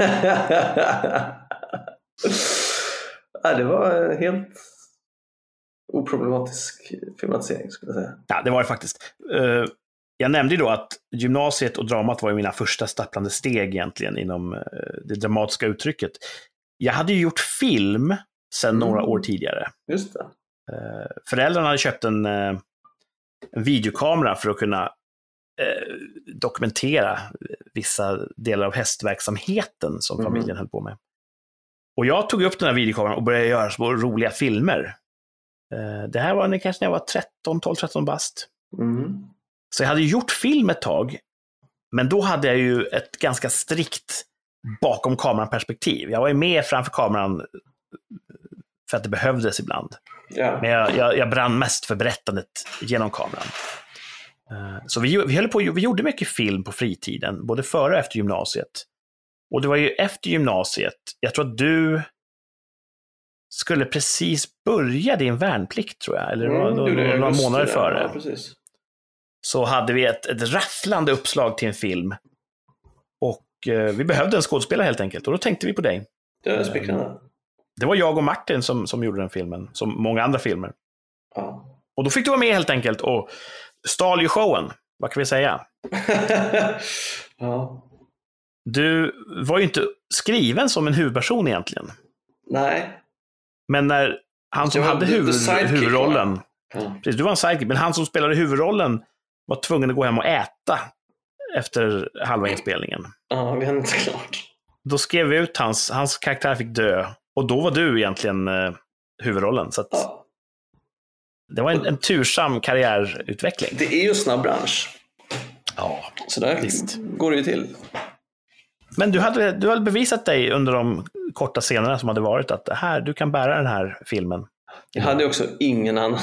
Det var en helt oproblematisk filmatisering, skulle jag säga. Ja, det var det faktiskt. Jag nämnde ju då att gymnasiet och dramat var ju mina första stapplande steg egentligen inom det dramatiska uttrycket. Jag hade ju gjort film sedan några år tidigare. Just det. Föräldrarna hade köpt en videokamera för att kunna dokumentera vissa delar av hästverksamheten som familjen höll på med. Och jag tog upp den här videokameran och började göra små roliga filmer. Det här var kanske när jag var 12-13 bast. Så jag hade gjort film ett tag, men då hade jag ju ett ganska strikt bakom kameran perspektiv. Jag var ju med framför kameran för att det behövdes ibland. Yeah. Men jag brann mest för berättandet genom kameran. Så vi gjorde mycket film på fritiden, både före och efter gymnasiet. Och det var ju efter gymnasiet, jag tror att du skulle precis börja din värnplikt, tror jag. Eller några månader före. Ja, precis. Så hade vi ett rafflande uppslag till en film. Och vi behövde en skådespelare helt enkelt. Och då tänkte vi på dig. Det är späckande. Det var jag och Martin som gjorde den filmen. Som många andra filmer. Ja. Och då fick du vara med helt enkelt. Och stal ju showen. Vad kan vi säga? Ja. Du var ju inte skriven som en huvudperson egentligen. Nej. Men när han som hade huvudrollen... Precis, du var en sidekick, men han som spelade huvudrollen var tvungen att gå hem och äta efter halva inspelningen. Ja, vi hade inte klart. Då skrev vi ut hans karaktär fick dö. Och då var du egentligen huvudrollen. Så att det var en tursam karriärutveckling. Det är ju en snabb bransch. Ja, så där visst går det ju till. Men du hade bevisat dig under de korta scenerna som hade varit att du kan bära den här filmen. Jag hade också ingen annan.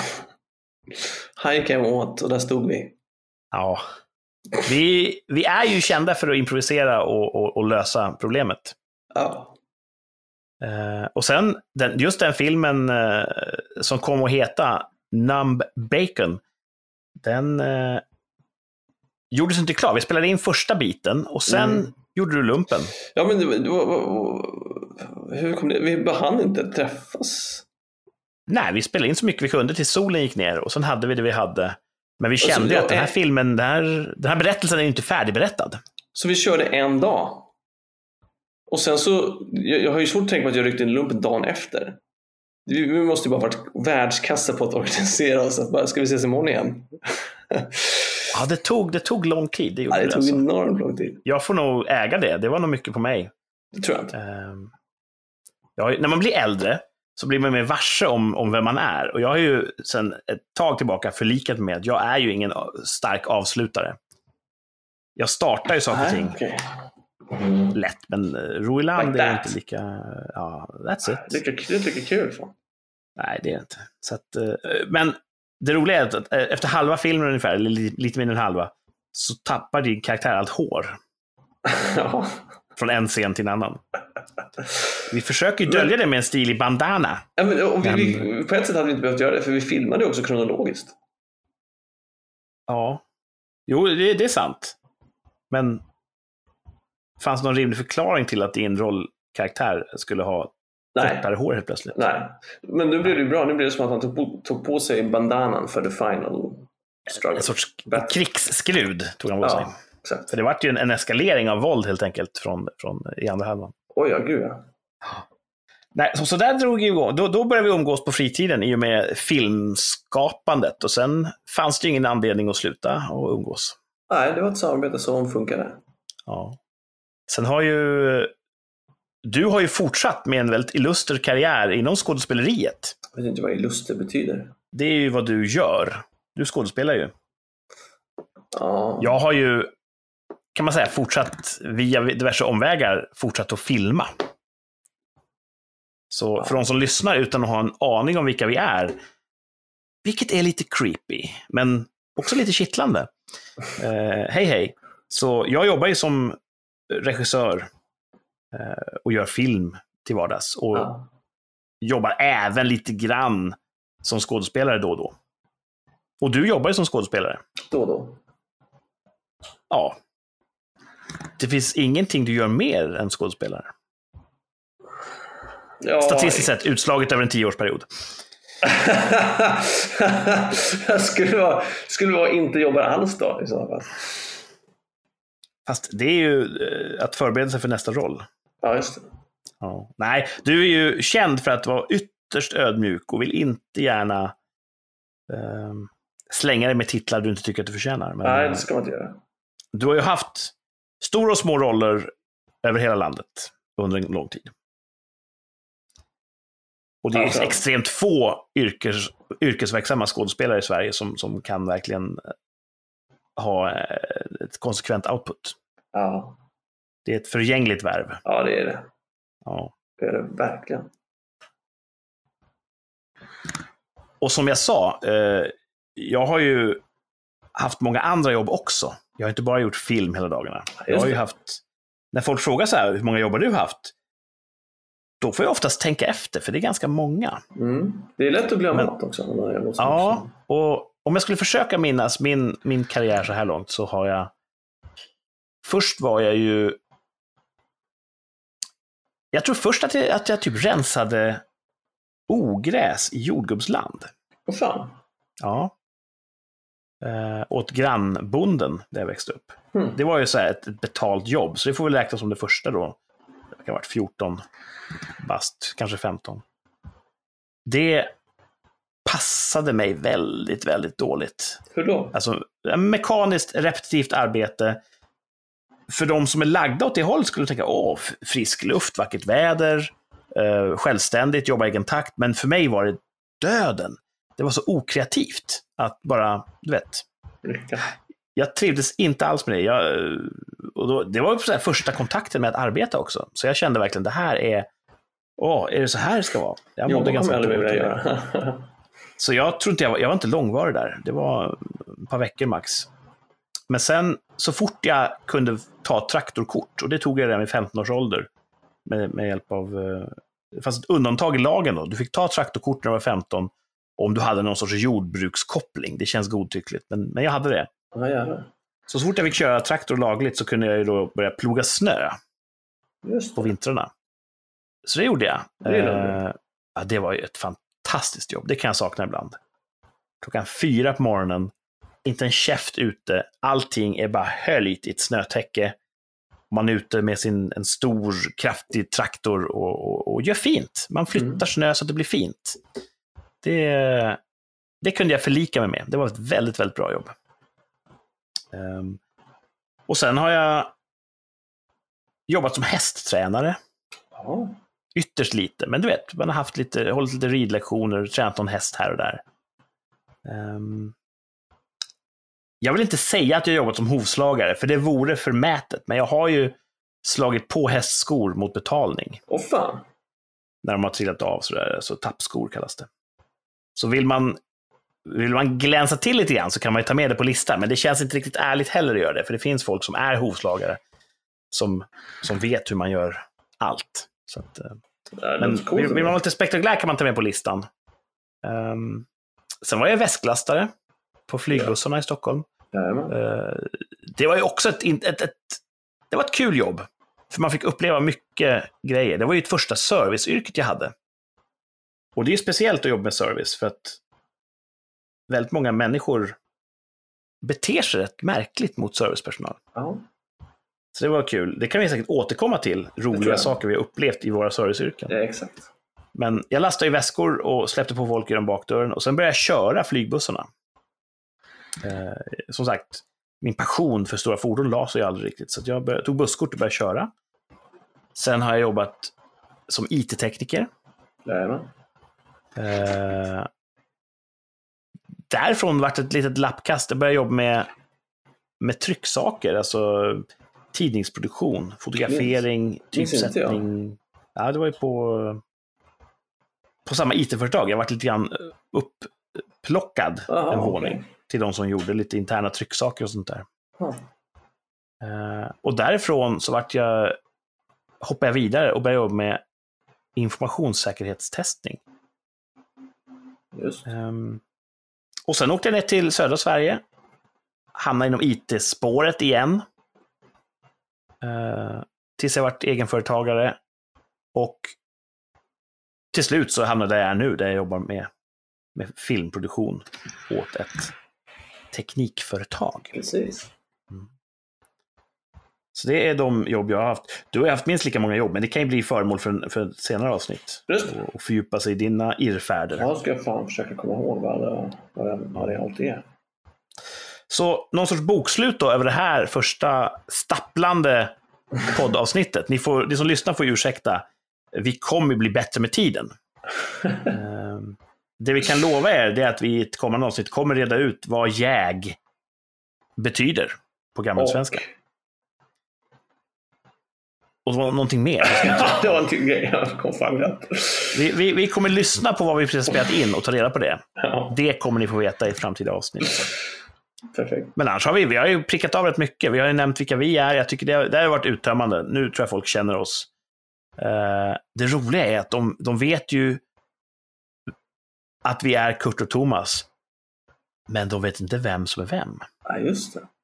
Han gick hem åt och där stod vi. Ja. Vi är ju kända för att improvisera och lösa problemet. Ja. Och sen, just den filmen som kom att heta Numb Bacon, den gjordes inte klar. Vi spelade in första biten och sen gjorde du lumpen. Ja, men hur kom det? Vi hann inte träffas. Nej, vi spelade in så mycket vi kunde till solen gick ner och sen hade vi det vi hade. Men vi kände ju att den här filmen, den här berättelsen är ju inte färdigberättad. Så vi körde en dag. Och sen så, jag har ju svårt att tänka på att jag ryckte en lumpen dagen efter. Vi måste ju bara varit världskassa på att organisera oss. Att bara, ska vi ses imorgon igen? Ja, det tog lång tid. Det tog enormt lång tid. Jag får nog äga det. Det var nog mycket på mig. Det tror jag inte. När man blir äldre så blir man mer varse om vem man är. Och jag har ju sedan ett tag tillbaka förlikat med att jag är ju ingen stark avslutare. Jag startar ju saker och ting. Okay. Lätt, men Roiland är inte lika... Ja, that's it. Det är inte lika kul. Så. Nej, det är inte. Så att, men det roliga är att efter halva filmen ungefär, eller lite mindre än halva, så tappar din karaktär allt hår. Ja. Från en scen till en annan. Vi försöker ju dölja det med en stilig bandana. Ja, men på ett sätt hade vi inte behövt göra det, för vi filmade också kronologiskt. Ja. Jo, det är sant. Men fanns det någon rimlig förklaring till att din rollkaraktär skulle ha kortare hår helt plötsligt? Nej, men nu blev det bra. Nu blev det som att han tog på sig bandanan för the final struggle. En sorts krigsskrud tog han på sig. Exakt. För det var ju en eskalering av våld helt enkelt från i andra halvan. Oj, ja, gud ja. Nej, så där drog vi igång. Då började vi umgås på fritiden i och med filmskapandet. Och sen fanns det ingen anledning att sluta och umgås. Nej, det var ett samarbete som funkade. Ja. Sen du har ju fortsatt med en väldigt illuster karriär inom skådespeleriet. Jag vet inte vad illuster betyder. Det är ju vad du gör. Du skådespelar ju. Ja. Jag har ju, kan man säga, fortsatt via diverse omvägar fortsatt att filma. Så för de som lyssnar utan att ha en aning om vilka vi är, vilket är lite creepy, men också lite kittlande. Hej. Så jag jobbar ju som regissör och gör film till vardags. Och jobbar även lite grann som skådespelare då och då. Och du jobbar ju som skådespelare. Då och då. Ja. Det finns ingenting du gör mer än skådespelare. Ja, statistiskt sett utslaget över en 10-årsperiod. Jag skulle vara inte jobba alls då i så fall. Fast det är ju att förbereda sig för nästa roll. Ja, just det. Ja. Nej, du är ju känd för att vara ytterst ödmjuk och vill inte gärna slänga dig med titlar du inte tycker att du förtjänar. Men, nej, det ska man inte göra. Du har ju haft stora och små roller över hela landet under en lång tid. Och det är extremt få yrkesverksamma skådespelare i Sverige som kan verkligen ha ett konsekvent output. Ja. Det är ett förgängligt värv. Ja, det är det. Ja. Det är det verkligen. Och som jag sa, jag har ju haft många andra jobb också. Jag har inte bara gjort film hela dagarna. Jag har ju haft, när folk frågar så här, hur många jobb har du haft? Då får jag oftast tänka efter, för det är ganska många. Det är lätt att glömma något också. Ja, och om jag skulle försöka minnas min karriär så här långt, så har jag... Först var jag ju... Jag tror först att jag typ rensade ogräs i jordgubbsland. Vad fan? Ja. Åt grannbonden där jag växte upp. Det var ju så här ett betalt jobb, så det får väl räknas som det första då. Det kan ha varit 14 bast, kanske 15. Det passade mig väldigt, väldigt dåligt. Hur då? Alltså, mekaniskt, repetitivt arbete. För de som är lagda åt det hållet skulle tänka, frisk luft, vackert väder, självständigt, jobba i egen takt. Men för mig var det döden. Det var så okreativt att bara, du vet. Jag trivdes inte alls med det. Det var så här första kontakten med att arbeta också. Så jag kände verkligen, det här är det så här det ska vara? Jag mådde ganska dåligt. Så jag tror inte jag var inte långvarig där. Det var ett par veckor max. Men sen, så fort jag kunde ta traktorkort, och det tog jag redan vid 15 års ålder med hjälp av... Det fanns ett undantag i lagen då. Du fick ta traktorkort när du var 15 om du hade någon sorts jordbrukskoppling. Det känns godtyckligt, men jag hade det. Så fort jag fick köra traktor lagligt så kunde jag ju då börja ploga snö på vintrarna. Så det gjorde jag. Det var ju ett fantastiskt jobb. Det kan jag sakna ibland. 4:00 på morgonen, inte en käft ute. Allting är bara höljt i ett snötäcke. Man är ute med en stor, kraftig traktor och gör fint. Man flyttar snö så att det blir fint. Det kunde jag förlika mig med. Det var ett väldigt, väldigt bra jobb. Och sen har jag jobbat som hästtränare. Ytterst lite, men du vet, man har hållit lite ridlektioner, tränat någon häst här och där. Jag vill inte säga att jag jobbat som hovslagare, för det vore förmätet, men jag har ju slagit på hästskor mot betalning. Fan. När de har trillat av sådär, så tappskor kallas det. Så vill man glänsa till lite grann så kan man ju ta med det på listan, men det känns inte riktigt ärligt heller att göra det, för det finns folk som är hovslagare som vet hur man gör allt. Så att, men vill man vara lite spektakulär kan man ta med på listan. Sen var jag väsklastare på flygbussarna i Stockholm. Det var ju också det var ett kul jobb, för man fick uppleva mycket grejer. Det var ju ett första serviceyrket jag hade. Och det är ju speciellt att jobba med service, för att väldigt många människor beter sig rätt märkligt mot servicepersonal. Så det var kul. Det kan vi säkert återkomma till, roliga saker vi har upplevt i våra serviceyrken. Ja, exakt. Men jag lastade i väskor och släppte på folk i den bakdörren, och sen började jag köra flygbussarna. Som sagt, min passion för stora fordon la sig aldrig riktigt, så att jag tog busskort och började köra. Sen har jag jobbat som IT-tekniker. Därifrån vart ett litet lappkast. Jag började jobba med trycksaker, alltså tidningsproduktion, fotografering, typsättning. Ja, det var ju på samma IT-företag. Jag varit lite grann uppplockad en våning till de som gjorde lite interna trycksaker och sånt där. Och därifrån så hoppade jag vidare och började jobba med informationssäkerhetstestning. Just. Och sen åkte jag ner till södra Sverige. Hamnade inom IT-spåret igen. Tills jag varit egenföretagare. Och till slut så hamnade jag nu där jag jobbar med filmproduktion åt ett teknikföretag. Precis. Så det är de jobb jag har haft. Du har haft minst lika många jobb, men det kan ju bli föremål för ett senare avsnitt. Och fördjupa sig i dina irrfärder. Ja, ska jag fan försöka komma ihåg vad det alltid är. Så någon sorts bokslut då över det här första stapplande poddavsnittet. Ni som lyssnar får ursäkta. Vi kommer bli bättre med tiden. Det vi kan lova er är att vi i ett kommande avsnitt kommer reda ut vad jäg betyder på gammelsvenska. Och någonting mer. Det var en till grej jag kom fram rätt. Vi kommer lyssna på vad vi precis spelat in och ta reda på det. Ja. Det kommer ni få veta i ett framtida avsnitt. Perfekt. Men annars har vi har ju prickat av rätt mycket. Vi har ju nämnt vilka vi är. Jag tycker det har varit uttömmande. Nu tror jag folk känner oss. Det roliga är att de vet ju att vi är Kurt och Thomas. Men de vet inte vem som är vem. Ja, just det.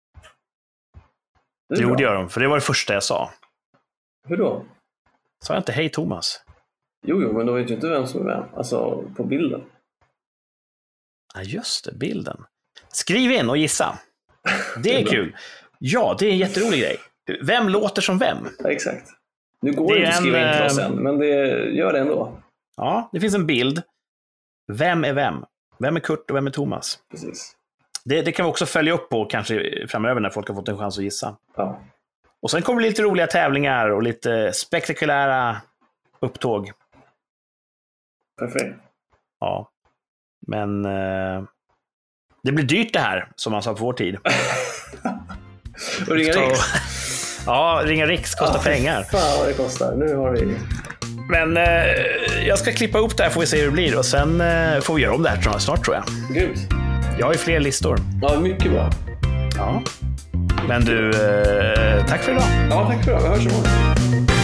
Det gjorde jag dem, för det var det första jag sa. Hur då? Sa jag inte hej Thomas? Jo, men då vet ju inte vem som är vem. Alltså på bilden. Ja, just det, bilden. Skriv in och gissa. Det är kul. Ja, det är en jätterolig grej. Vem låter som vem? Ja, exakt. Nu går det inte att skriva in till oss än, men det gör det ändå. Ja, det finns en bild. Vem är vem? Vem är Kurt och vem är Thomas? Precis. Det kan vi också följa upp på kanske framöver när folk har fått en chans att gissa. Ja. Och sen kommer det lite roliga tävlingar och lite spektakulära upptåg. Perfekt. Ja. Men det blir dyrt det här, som man sa på vår tid. Och ringa Riks. Ja, ringa Riks kostar pengar. Fan vad det kostar. Nu har vi... Men jag ska klippa upp det här, får vi se hur det blir. Och sen får vi göra om det här snart, tror jag. Gud. Jag har ju fler listor. Ja, mycket bra. Ja. Men du, tack för idag. Ja, tack för idag. Vi hörs imorgon.